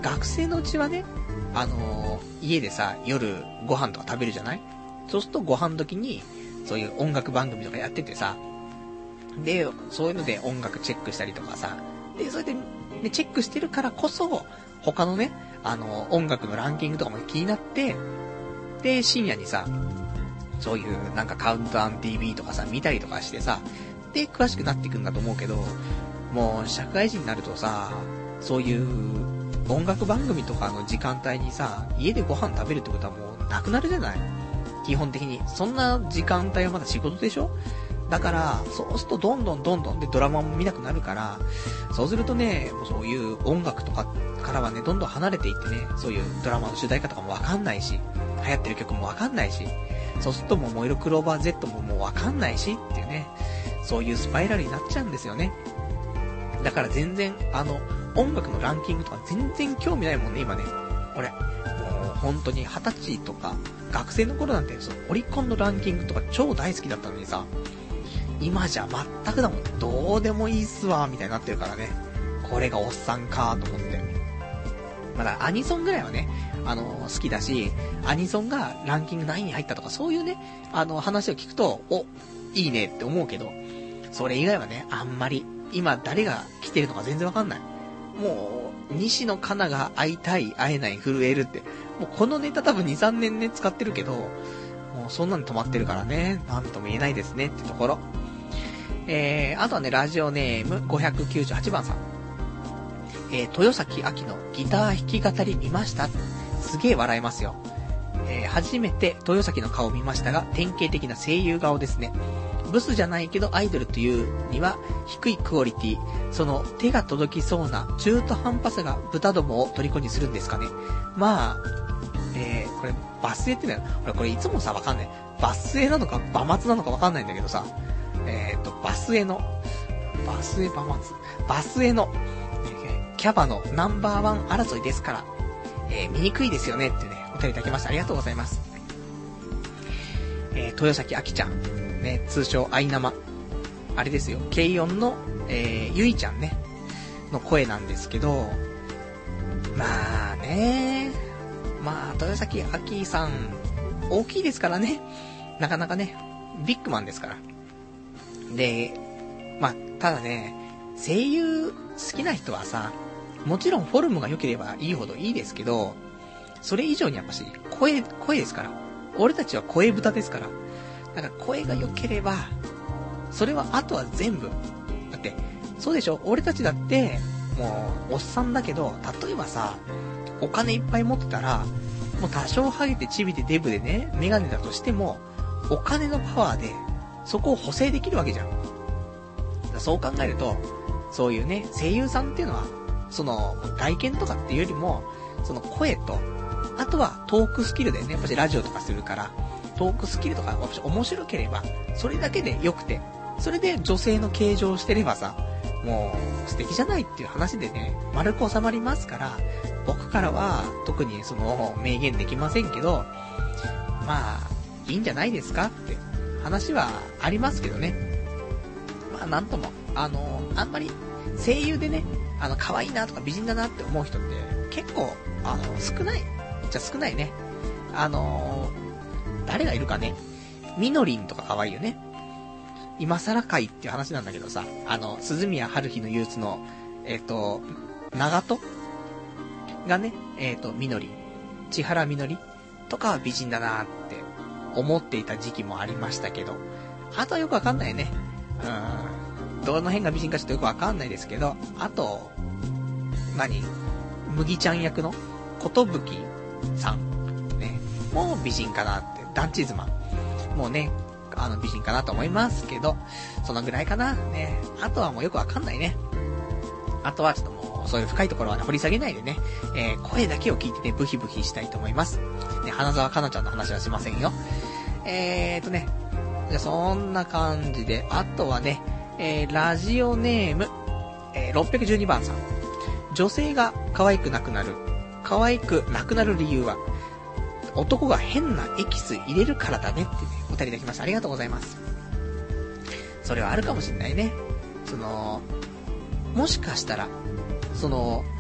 学生のうちはね、あのー、家でさ、夜ご飯とか食べるじゃない？そうするとご飯時に、そういう音楽番組とかやっててさ、で、そういうので音楽チェックしたりとかさ、で、それで、ね、チェックしてるからこそ、他のね、あのー、音楽のランキングとかも気になって、で、深夜にさ、そういうなんかカウントダウン ティーブイ とかさ、見たりとかしてさ、で、詳しくなっていくんだと思うけど、もう、社会人になるとさ、そういう音楽番組とかの時間帯にさ、家でご飯食べるってことはもうなくなるじゃない？基本的に。そんな時間帯はまだ仕事でしょ？だから、そうするとどんどんどんどんでドラマも見なくなるから、そうするとね、もうそういう音楽とかからはね、どんどん離れていってね、そういうドラマの主題歌とかもわかんないし、流行ってる曲もわかんないし、そうするともう燃えるクローバー Z ももうわかんないしっていうね、そういうスパイラルになっちゃうんですよね。だから全然、あの、音楽のランキングとか全然興味ないもんね、今ね。俺、もう本当に二十歳とか、学生の頃なんて、そのオリコンのランキングとか超大好きだったのにさ、今じゃ全くだもん。どうでもいいっすわ、みたいになってるからね。これがおっさんかと思って。まだアニソンぐらいはね、あの、好きだし、アニソンがランキング何位に入ったとか、そういうね、あの、話を聞くと、お、いいねって思うけど、それ以外はね、あんまり、今誰が来てるのか全然わかんない。もう、西野カナが会いたい、会えない、震えるって、もうこのネタ多分に、さんねんね、使ってるけど、もうそんなの止まってるからね、なんとも言えないですねってところ。えー、あとはね、ラジオネームごひゃくきゅうじゅうはちばんさん。えー、豊崎亜希のギター弾き語り見ました？すげー笑えますよ。えー、初めて豊崎の顔を見ましたが、典型的な声優顔ですね。ブスじゃないけどアイドルというには低いクオリティ、その手が届きそうな中途半端さが豚どもを虜にするんですかね。まあ、えー、これバスエってね、俺これいつもさわかんない。バスエなのかバマツなのかわかんないんだけどさ、えーと、バスエの、バスエバマツ、バスエの、えー、キャバのナンバーワン争いですから、えー、見にくいですよねってね、お便りいただきました。ありがとうございます。えー、豊崎あきちゃん、ね、通称アイナマ。あれですよ、軽音の、えー、ゆいちゃんね、の声なんですけど、まあね、まあ、豊崎あきさん、大きいですからね、なかなかね、ビッグマンですから。で、まあ、ただね、声優好きな人はさ、もちろんフォルムが良ければいいほどいいですけど、それ以上にやっぱし、声、声ですから。俺たちは声豚ですから。だから声が良ければ、それはあとは全部。だって、そうでしょ？俺たちだって、もう、おっさんだけど、例えばさ、お金いっぱい持ってたら、もう多少ハゲてチビでデブでね、メガネだとしても、お金のパワーで、そこを補正できるわけじゃん。そう考えると、そういうね、声優さんっていうのは、その、外見とかっていうよりも、その声と、あとはトークスキルだよね。やっぱしラジオとかするから、トークスキルとか面白ければ、それだけで良くて、それで女性の形状をしてればさ、もう素敵じゃないっていう話でね、丸く収まりますから、僕からは特にその明言できませんけど、まあ、いいんじゃないですかって話はありますけどね。まあなんとも、あの、あんまり声優でね、あの、可愛いなとか美人だなって思う人って結構、あの、少ない。じゃ少ないね。あのー、誰がいるかね。みのりんとか可愛いよね。今更かいっていう話なんだけどさ、あの、鈴宮春日の憂鬱の、えっと、長門がね、えっと、みのりん、千原みのりとかは美人だなって思っていた時期もありましたけど、あとはよくわかんないね。うーん、どの辺が美人かちょっとよくわかんないですけど、あと、何？麦ちゃん役のことぶきさんね、もう美人かなって、ダンチズマンもうね、あの美人かなと思いますけど、そのぐらいかなね。あとはもうよくわかんないね。あとはちょっともうそういう深いところは、ね、掘り下げないでね、えー、声だけを聞いてね、ブヒブヒしたいと思います。ね、花澤香菜ちゃんの話はしませんよ。えーとね、じゃあそんな感じで、あとはね、えー、ラジオネーム、えー、ろっぴゃくじゅうにばんさん。女性が可愛くなくなる。可愛くなくなる理由は、男が変なエキス入れるからだねってね、お便りいただきました。ありがとうございます。それはあるかもしんないね。その、もしかしたら、その、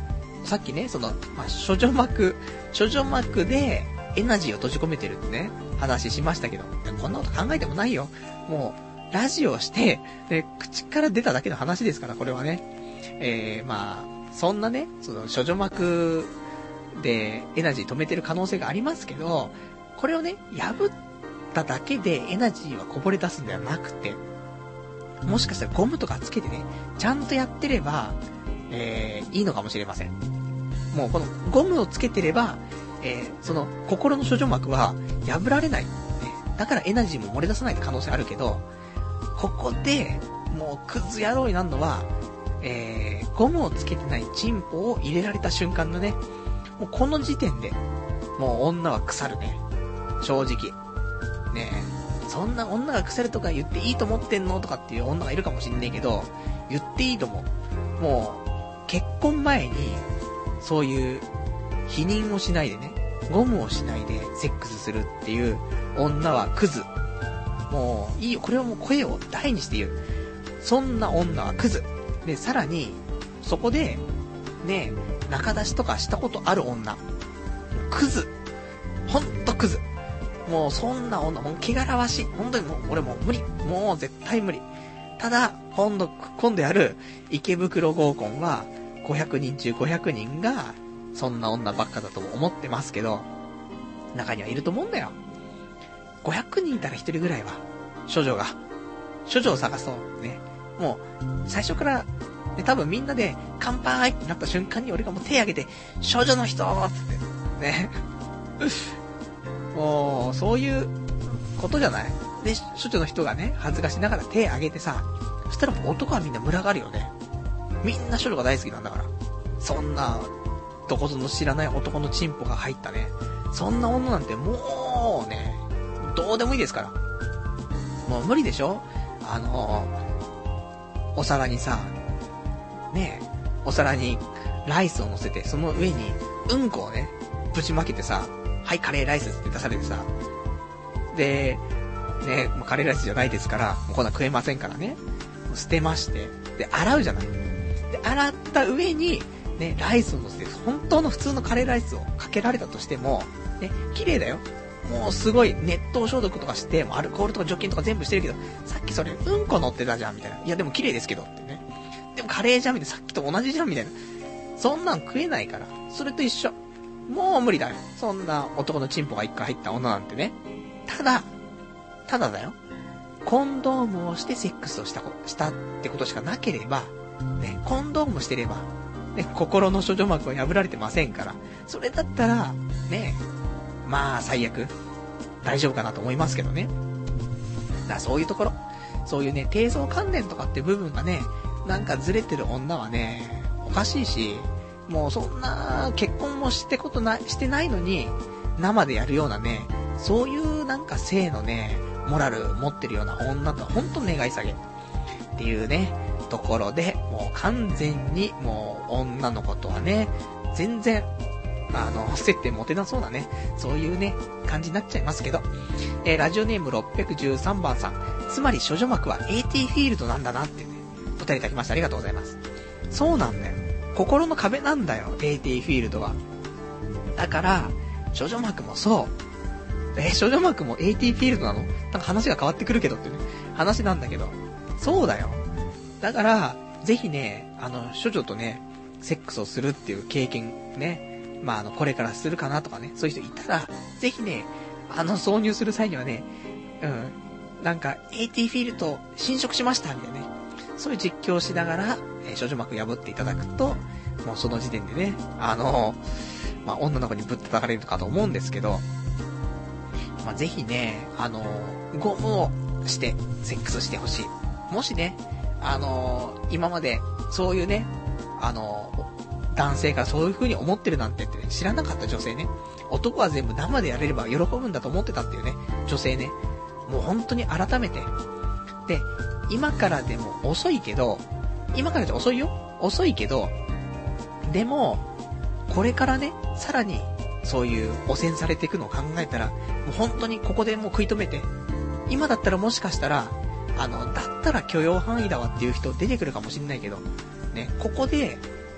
さっきね、その、まあ、処女膜、処女膜でエナジーを閉じ込めてるってね、話しましたけど、こんなこと考えてもないよ。もう、ラジオをして、で、口から出ただけの話ですから、これはね。えー、まあ、そんなね、その、処女膜でエナジー止めてる可能性がありますけど、これをね、破っただけでエナジーはこぼれ出すんではなくて、もしかしたらゴムとかつけてね、ちゃんとやってれば、えー、いいのかもしれません。もうこのゴムをつけてれば、えー、その心の処女膜は破られない、ね。だからエナジーも漏れ出さないって可能性あるけど、ここで、もうクズ野郎になるのは、えー、ゴムをつけてないチンポを入れられた瞬間のね、もうこの時点で、もう女は腐るね。正直。ねえ、そんな女が腐るとか言っていいと思ってんのとかっていう女がいるかもしんないけど、言っていいと思う。もう、結婚前に、そういう、否認をしないでね、ゴムをしないでセックスするっていう女はクズ。もう、いいよ、これはもう声を大にして言う。そんな女はクズ。で、さらに、そこで、ね、仲出しとかしたことある女。クズ。ほんとクズ。もうそんな女、ほん、汚らわしい。本当にもう、俺もう無理。もう絶対無理。ただ、今度、今度やる池袋合コンは、ごひゃくにん中ごひゃくにんが、そんな女ばっかだと思ってますけど、中にはいると思うんだよ。ごひゃくにんいたらひとりぐらいは、処女が、処女を探そうね。もう、最初から、ね、多分みんなで、乾杯ってなった瞬間に俺がもう手挙げて、処女の人ーって、ね。もう、そういうことじゃない？で、処女の人がね、恥ずかしながら手挙げてさ、そしたらもう男はみんな群がるよね。みんな処女が大好きなんだから。そんな、どこぞの知らない男のチンポが入ったね。そんな女なんてもうね、どうでもいいですから。もう無理でしょ？あの、お皿にさ、ねえ、お皿にライスを乗せて、その上にうんこをね、ぶちまけてさ、はい、カレーライスって出されてさ、で、ね、もうカレーライスじゃないですから、もうこんな食えませんからね、捨てまして、で、洗うじゃない。で、洗った上に、ね、ライスを乗せて、本当の普通のカレーライスをかけられたとしても、ね、綺麗だよ。もうすごい熱湯消毒とかして、もうアルコールとか除菌とか全部してるけど、さっきそれうんこ乗ってたじゃん、みたいな。いや、でも綺麗ですけど、ってね。でもカレーじゃん、みたいな。さっきと同じじゃん、みたいな。そんなん食えないから。それと一緒。もう無理だよ。そんな男のチンポが一回入った女なんてね。ただ、ただだよ。コンドームをしてセックスをした、したってことしかなければ、ね、コンドームしてれば、ね、心の処女膜は破られてませんから。それだったら、ね、まあ最悪、大丈夫かなと思いますけどね。だからそういうところ、そういうね、低層関連とかって部分がね、なんかずれてる女はね、おかしいし、もうそんな結婚もしてことなしてないのに生でやるようなね、そういうなんか性のねモラル持ってるような女とは本当願い下げっていうねところで、もう完全にもう女の子とはね全然あの接点持てなそうなね、そういうね感じになっちゃいますけど、えー、ラジオネームろっぴゃくじゅうさんばんさん、つまり処女膜は エーティー フィールドなんだなってねお便りいただきました。ありがとうございます。そうなんだよ、心の壁なんだよ、エーティー フィールドは。だから、処女膜もそう。え、処女膜も エーティー フィールドなの？なんか話が変わってくるけどってね、話なんだけど。そうだよ。だから、ぜひね、あの、処女とね、セックスをするっていう経験ね、まあ、あの、これからするかなとかね、そういう人いたら、ぜひね、あの、挿入する際にはね、うん、なんか、エーティー フィールド侵食しましたみたいなね、そういう実況をしながら、えー、処女膜破っていただくと、もうその時点でね、あのー、まあ、女の子にぶったたかれるかと思うんですけど、まあ、ぜひね、あのー、ゴムをして、セックスしてほしい。もしね、あのー、今まで、そういうね、あのー、男性がそういう風に思ってるなんてってね、知らなかった女性ね、男は全部生でやれれば喜ぶんだと思ってたっていうね、女性ね、もう本当に改めて、で、今からでも遅いけど、今からじゃ遅いよ。遅いけど、でも、これからね、さらに、そういう汚染されていくのを考えたら、もう本当にここでもう食い止めて、今だったらもしかしたら、あの、だったら許容範囲だわっていう人出てくるかもしんないけど、ね、ここで、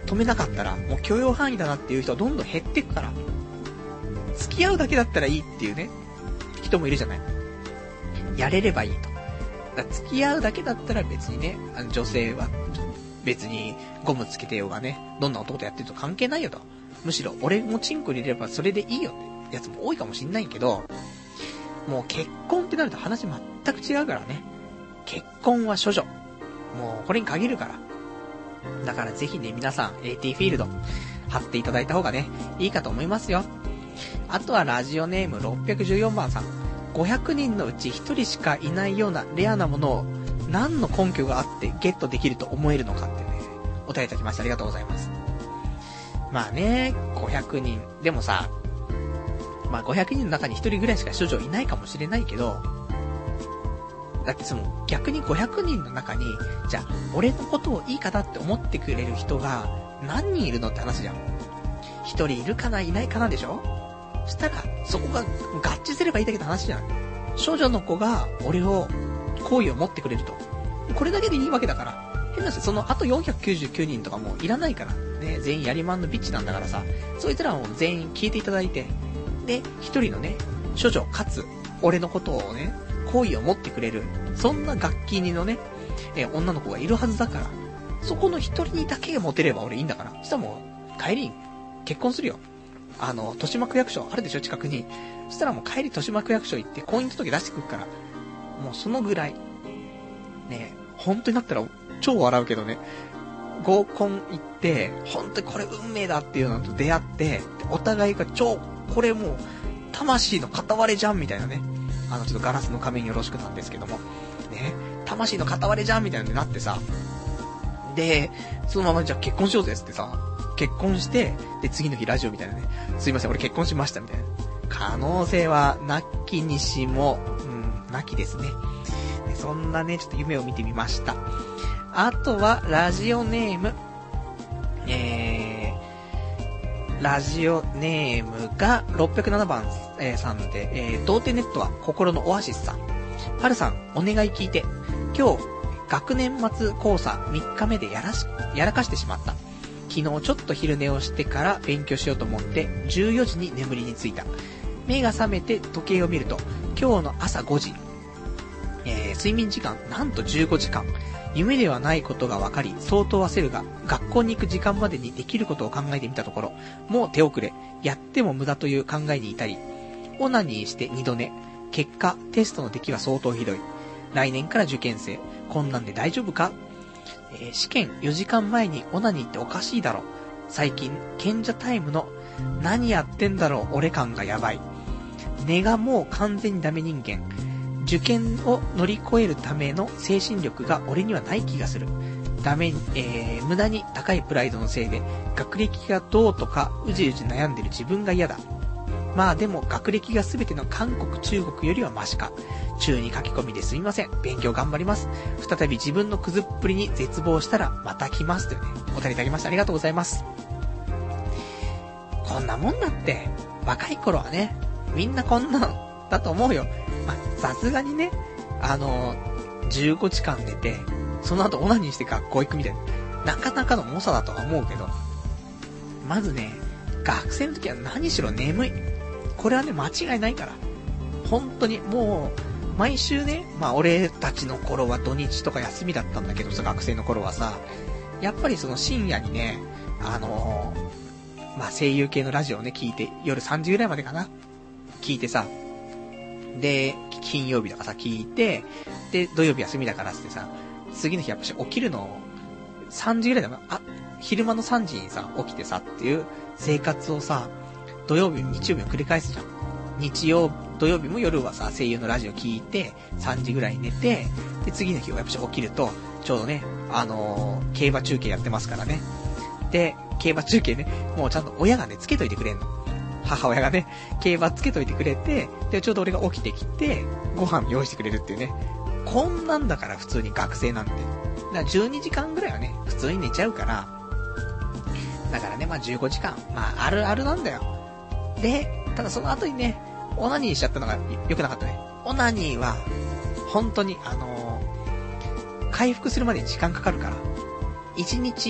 止めなかったら、もう許容範囲だなっていう人はどんどん減っていくから、付き合うだけだったらいいっていうね、人もいるじゃない。やれればいいと。だから付き合うだけだったら別にね、あの女性は別にゴムつけてようがね、どんな男とやってると関係ないよと。むしろ俺もチンコ入れればそれでいいよってやつも多いかもしんないけど、もう結婚ってなると話全く違うからね。結婚は処女。もうこれに限るから。だからぜひね、皆さん エーティー フィールド貼っていただいた方がね、いいかと思いますよ。あとはラジオネームろっぴゃくじゅうよんばんさん。ごひゃくにんのうちひとりしかいないようなレアなものを何の根拠があってゲットできると思えるのかってね、お答えいただきましてありがとうございます。まあね、ごひゃくにん。でもさ、まあごひゃくにんの中にひとりぐらいしか処女いないかもしれないけど、だってその逆にごひゃくにんの中に、じゃあ俺のことをいいかなって思ってくれる人が何人いるのって話じゃん。ひとりいるかないないかなでしょ。そしたらそこが合致すればいいだけの話じゃん。処女の子が俺を好意を持ってくれると、これだけでいいわけだから。変な話、そのあとよんひゃくきゅうじゅうきゅうにんとかもういらないからね。全員やりまんのビッチなんだからさ、そいつらも全員聞いていただいて、で一人のね処女かつ俺のことをね好意を持ってくれる、そんな楽器にのね、えー、女の子がいるはずだから、そこの一人にだけがモテれば俺いいんだから。そしたらもう帰りに結婚するよ。あの豊島区役所あるでしょ近くに。そしたらもう帰り豊島区役所行って婚姻届出してくるから、もうそのぐらいね。本当になったら超笑うけどね、合コン行って本当にこれ運命だっていうのと出会って、お互いが超これもう魂の片割れじゃんみたいなね、あのちょっとガラスの仮面よろしくなんですけどもね、魂の片割れじゃんみたいなのになってさ、でそのままじゃあ結婚しようぜってさ、結婚して、で次の日ラジオみたいなね、すいません俺結婚しましたみたいな可能性はなきにしも、うん、なきですね。そんなねちょっと夢を見てみました。あとはラジオネームえーラジオネームがろっぴゃくななばん、えー、さんで、えー、童貞ネットは心のオアシスさん。はるさんお願い聞いて。今日学年末講座みっかめでやらしやらかしてしまった。昨日ちょっと昼寝をしてから勉強しようと思ってじゅうよじに眠りについた。目が覚めて時計を見ると今日の朝ごじ、えー、睡眠時間なんとじゅうごじかん。夢ではないことが分かり相当焦るが、学校に行く時間までにできることを考えてみたところ、もう手遅れ、やっても無駄という考えに至り、オナニーしてにど寝、結果テストの出来は相当ひどい。来年から受験生、こんなんで大丈夫か。えー、試験よじかんまえにオナニーっておかしいだろ。最近賢者タイムの何やってんだろう俺感がやばい。根がもう完全にダメ人間。受験を乗り越えるための精神力が俺にはない気がする。ダメ、えー、無駄に高いプライドのせいで学歴がどうとかうじうじ悩んでる自分が嫌だ。まあでも学歴が全ての韓国中国よりはマシか。中に書き込みですみません。勉強頑張ります。再び自分のクズっぷりに絶望したらまた来ますというね、お便りいただきました。ありがとうございます。こんなもんだって、若い頃はね、みんなこんなんだと思うよ。まあ、さすがにね、あのー、じゅうごじかん寝て、その後オナニーして学校行くみたいな、なかなかの猛者だとは思うけど、まずね、学生の時は何しろ眠い。これはね、間違いないから。本当に、もう、毎週ね、まあ俺たちの頃は土日とか休みだったんだけどさ、学生の頃はさ、やっぱりその深夜にね、あのー、まあ声優系のラジオをね、聞いて、夜さんじぐらいまでかな聞いてさ、で、金曜日とかさ、聞いて、で、土曜日休みだからってさ、次の日やっぱし起きるの、さんじぐらいだな、あ、昼間のさんじにさ、起きてさっていう生活をさ、土曜日、日曜日を繰り返すじゃん。日曜、土曜日も夜はさ、声優のラジオ聞いて、さんじぐらいに寝て、で、次の日はやっぱし起きると、ちょうどね、あのー、競馬中継やってますからね。で、競馬中継ね、もうちゃんと親がね、つけといてくれんの。母親がね、競馬つけといてくれて、で、ちょうど俺が起きてきて、ご飯用意してくれるっていうね。こんなんだから普通に学生なんて。だからじゅうにじかんぐらいはね、普通に寝ちゃうから、だからね、まあじゅうごじかん、まああるあるなんだよ。で、ただその後にね、オナニーしちゃったのが良くなかったね。オナニーは、本当に、あのー、回復するまでに時間かかるから、いちにち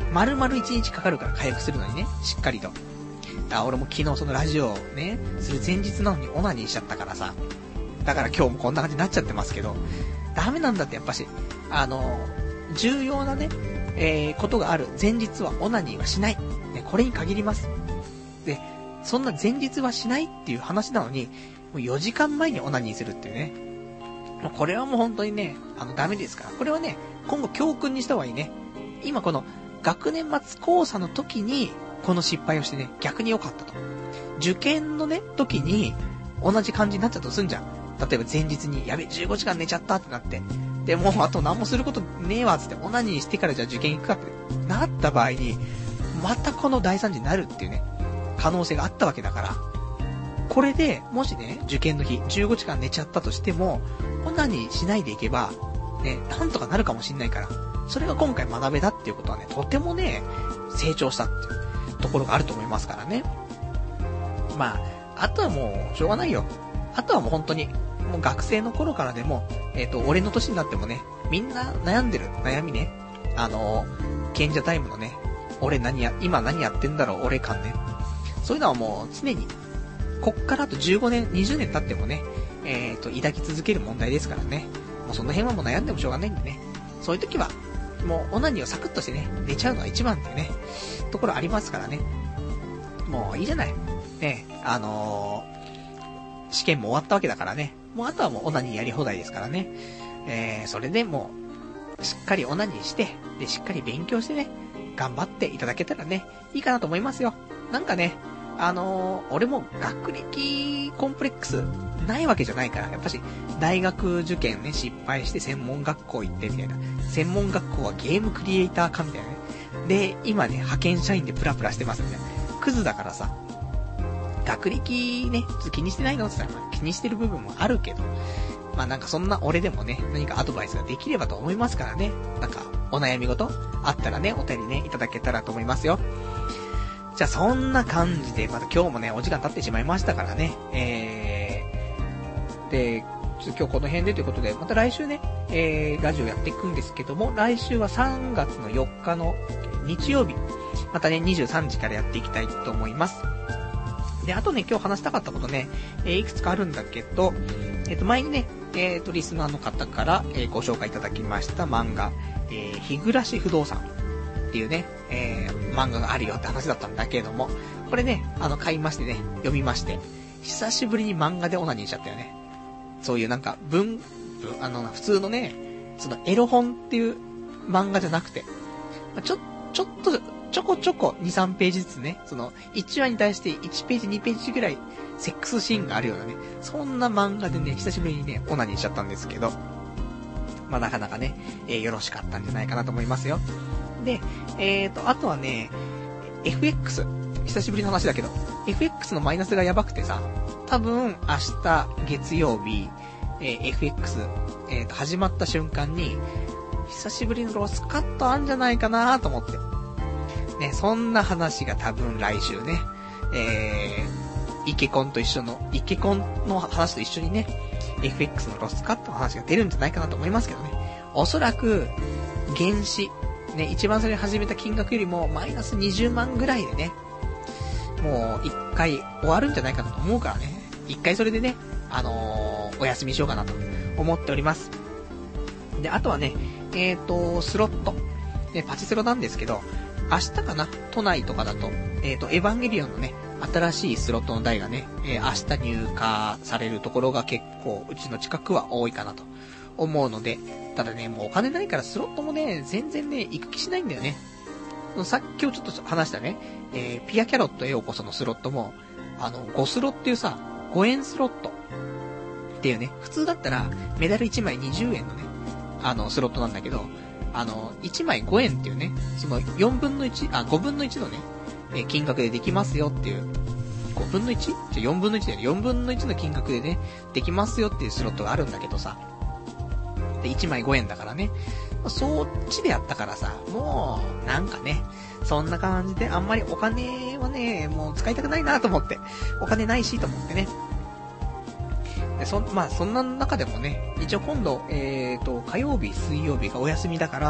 丸々一日かかるから回復するのにね、しっかりと。あ、俺も昨日そのラジオをね、する前日なのにオナニーしちゃったからさ。だから今日もこんな感じになっちゃってますけど、ダメなんだってやっぱし、あの、重要なね、えー、ことがある前日はオナニーはしない。ね、これに限ります。で、そんな前日はしないっていう話なのに、もうよじかんまえにオナニーするっていうね。もうこれはもう本当にね、あのダメですから。これはね、今後教訓にした方がいいね。今この学年末考査の時に、この失敗をしてね、逆に良かったと。受験のね、時に、同じ感じになっちゃったとすんじゃん。例えば前日に、やべ、じゅうごじかん寝ちゃったってなって。で、もうあと何もすることねえわ、つって、オナニーしてからじゃあ受験行くかってなった場合に、またこの大惨事になるっていうね、可能性があったわけだから。これで、もしね、受験の日、じゅうごじかん寝ちゃったとしても、オナニーしないでいけば、ね、なんとかなるかもしんないから。それが今回学べたっていうことはね、とてもね、成長したっていうところがあると思いますからね。まあ、あとはもう、しょうがないよ。あとはもう本当に、もう学生の頃からでも、えっと、俺の年になってもね、みんな悩んでる悩みね。あの、賢者タイムのね、俺何や、今何やってんだろう、俺感ね。そういうのはもう常に、こっからあとじゅうごねん、にじゅうねん経ってもね、えっと、抱き続ける問題ですからね。もうその辺はもう悩んでもしょうがないんでね。そういう時は、もうオナニーをサクッとしてね、寝ちゃうのが一番っていうね、ところありますからね。もういいじゃない。ね、あのー、試験も終わったわけだからね。もうあとはもうオナニーやり放題ですからね。えー、それでもう、しっかりオナニーして、で、しっかり勉強してね、頑張っていただけたらね、いいかなと思いますよ。なんかね、あのー、俺も学歴コンプレックスないわけじゃないから、やっぱし、大学受験ね、失敗して専門学校行ってみたいな。専門学校はゲームクリエイターかみたいなね。で、今ね、派遣社員でプラプラしてますみたいな。クズだからさ、学歴ね、気にしてないのって言ったら、まあ、気にしてる部分もあるけど、まあなんかそんな俺でもね、何かアドバイスができればと思いますからね。なんか、お悩み事あったらね、お便りね、いただけたらと思いますよ。じゃあそんな感じで、また今日もね、お時間経ってしまいましたからね。えー、で、ちょっと今日この辺でということで、また来週ね、えー、ラジオやっていくんですけども、来週はさんがつのよっかの日曜日、またね、にじゅうさんじからやっていきたいと思います。で、あとね、今日話したかったことね、えー、いくつかあるんだけど、えっと、前にね、えっと、リスナーの方から、えー、ご紹介いただきました漫画、えー、日暮らし不動産っていうね、えー、漫画があるよって話だったんだけれども、これね、あの、買いましてね、読みまして、久しぶりに漫画でオナニーしちゃったよね。そういうなんか、文、文あの、普通のね、そのエロ本っていう漫画じゃなくて、ちょ、ちょっと、ちょこちょこに、さんページずつね、その、いちわに対していちページ、にページぐらい、セックスシーンがあるようなね、そんな漫画でね、久しぶりにね、オナニーしちゃったんですけど、まあなかなかね、えー、よろしかったんじゃないかなと思いますよ。で、えーと、あとはね、エフエックス、久しぶりの話だけど、エフエックス のマイナスがやばくてさ、多分、明日、月曜日、えー、エフエックス、えーと、始まった瞬間に、久しぶりのロスカットあんじゃないかなと思って。ね、そんな話が多分来週ね、えー、イケコンと一緒の、イケコンの話と一緒にね、エフエックス のロスカットの話が出るんじゃないかなと思いますけどね。おそらく、原資、ね、一番最初に始めた金額よりもマイナスにじゅうまんぐらいでね、もう一回終わるんじゃないかなと思うからね。一回それでね、あのー、お休みしようかなと思っております。で、あとはね、えーと、スロット。ね、パチスロなんですけど、明日かな都内とかだと、えーと、エヴァンゲリオンのね、新しいスロットの台がね、えー、明日入荷されるところが結構、うちの近くは多いかなと思うので、ただね、もうお金ないからスロットもね、全然ね、行く気しないんだよね。さっき今日ちょっと話したね、えー、ピアキャロットへようこそのスロットも、あの、ごスロっていうさ、ごえんスロットっていうね、普通だったら、メダルいちまいにじゅうえんのね、あの、スロットなんだけど、あの、いちまいごえんっていうね、そのよんぶんのいち、あ、ごぶんのいちのね、えー、金額でできますよっていう、ごぶんの いち? じゃあよんぶんのいちだよね。よんぶんのいちの金額でね、できますよっていうスロットがあるんだけどさ。で、いちまいごえんだからね。そっちでやったからさ、もう、なんかね、そんな感じで、あんまりお金はね、もう使いたくないなと思って。お金ないしと思ってね。でそ、まあ、そんな中でもね、一応今度、えーと、火曜日、水曜日がお休みだから、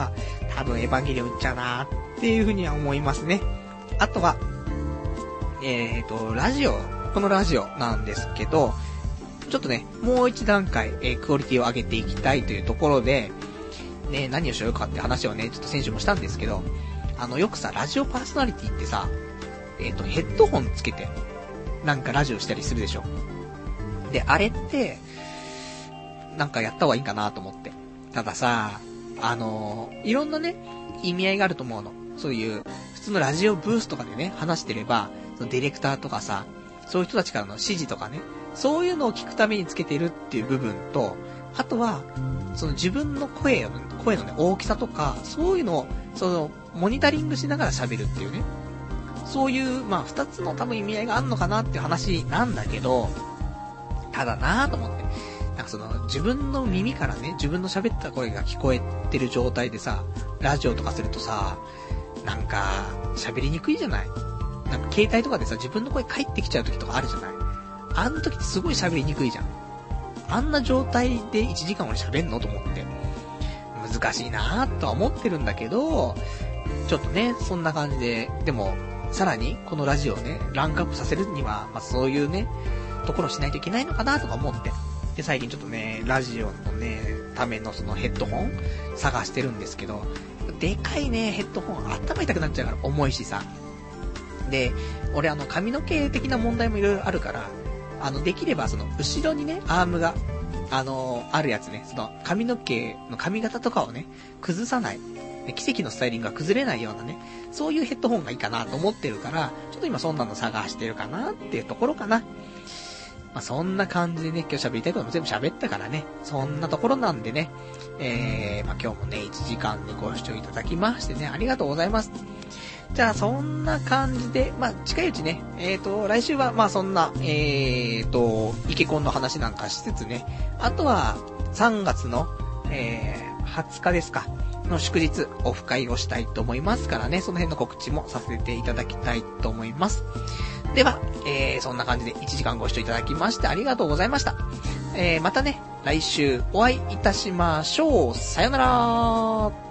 多分エヴァンゲリオン売っちゃうなっていうふうには思いますね。あとは、えーと、ラジオ、このラジオなんですけど、ちょっとね、もう一段階、えー、クオリティを上げていきたいというところで、ね、何をしようかって話をね、ちょっと先週もしたんですけど、あの、よくさ、ラジオパーソナリティってさ、えっと、ヘッドホンつけて、なんかラジオしたりするでしょ。で、あれって、なんかやった方がいいかなと思って。たださ、あのー、いろんなね、意味合いがあると思うの。そういう、普通のラジオブースとかでね、話してれば、そのディレクターとかさ、そういう人たちからの指示とかね、そういうのを聞くためにつけてるっていう部分と、あとは、その自分の声を、声のね、大きさとか、そういうのを、その、モニタリングしながら喋るっていうね。そういう、まあ、二つの多分意味合いがあるのかなっていう話なんだけど、ただなぁと思って。なんかその、自分の耳からね、自分の喋った声が聞こえてる状態でさ、ラジオとかするとさ、なんか、喋りにくいじゃない？なんか携帯とかでさ、自分の声返ってきちゃう時とかあるじゃない？あん時ってすごい喋りにくいじゃん。あんな状態でいちじかん俺喋んのと思って。難しいなぁとは思ってるんだけど、ちょっとね、そんな感じで、でも、さらに、このラジオをね、ランクアップさせるには、まあそういうね、ところをしないといけないのかなとか思って。で、最近ちょっとね、ラジオのね、ためのそのヘッドホン探してるんですけど、でかいね、ヘッドホン頭痛くなっちゃうから重いしさ。で、俺あの髪の毛的な問題もいろいろあるから、あの、できればその、後ろにね、アームが、あのー、あるやつね、その、髪の毛の髪型とかをね、崩さない。奇跡のスタイリングが崩れないようなね、そういうヘッドホンがいいかなと思ってるから、ちょっと今そんなの探してるかなっていうところかな。まあ、そんな感じでね、今日喋りたいことも全部喋ったからね、そんなところなんでね、えー、まあ、今日もね、いちじかんでご視聴いただきましてね、ありがとうございます。じゃあ、そんな感じで、まあ、近いうちね、えーと、来週は、まあ、そんな、えーと、イケコンの話なんかしつつね、あとは、さんがつの、えー、はつかですか、の祝日、オフ会をしたいと思いますからね、その辺の告知もさせていただきたいと思います。では、えー、そんな感じでいちじかんご視聴いただきましてありがとうございました。えー、またね、来週お会いいたしましょう。さよなら。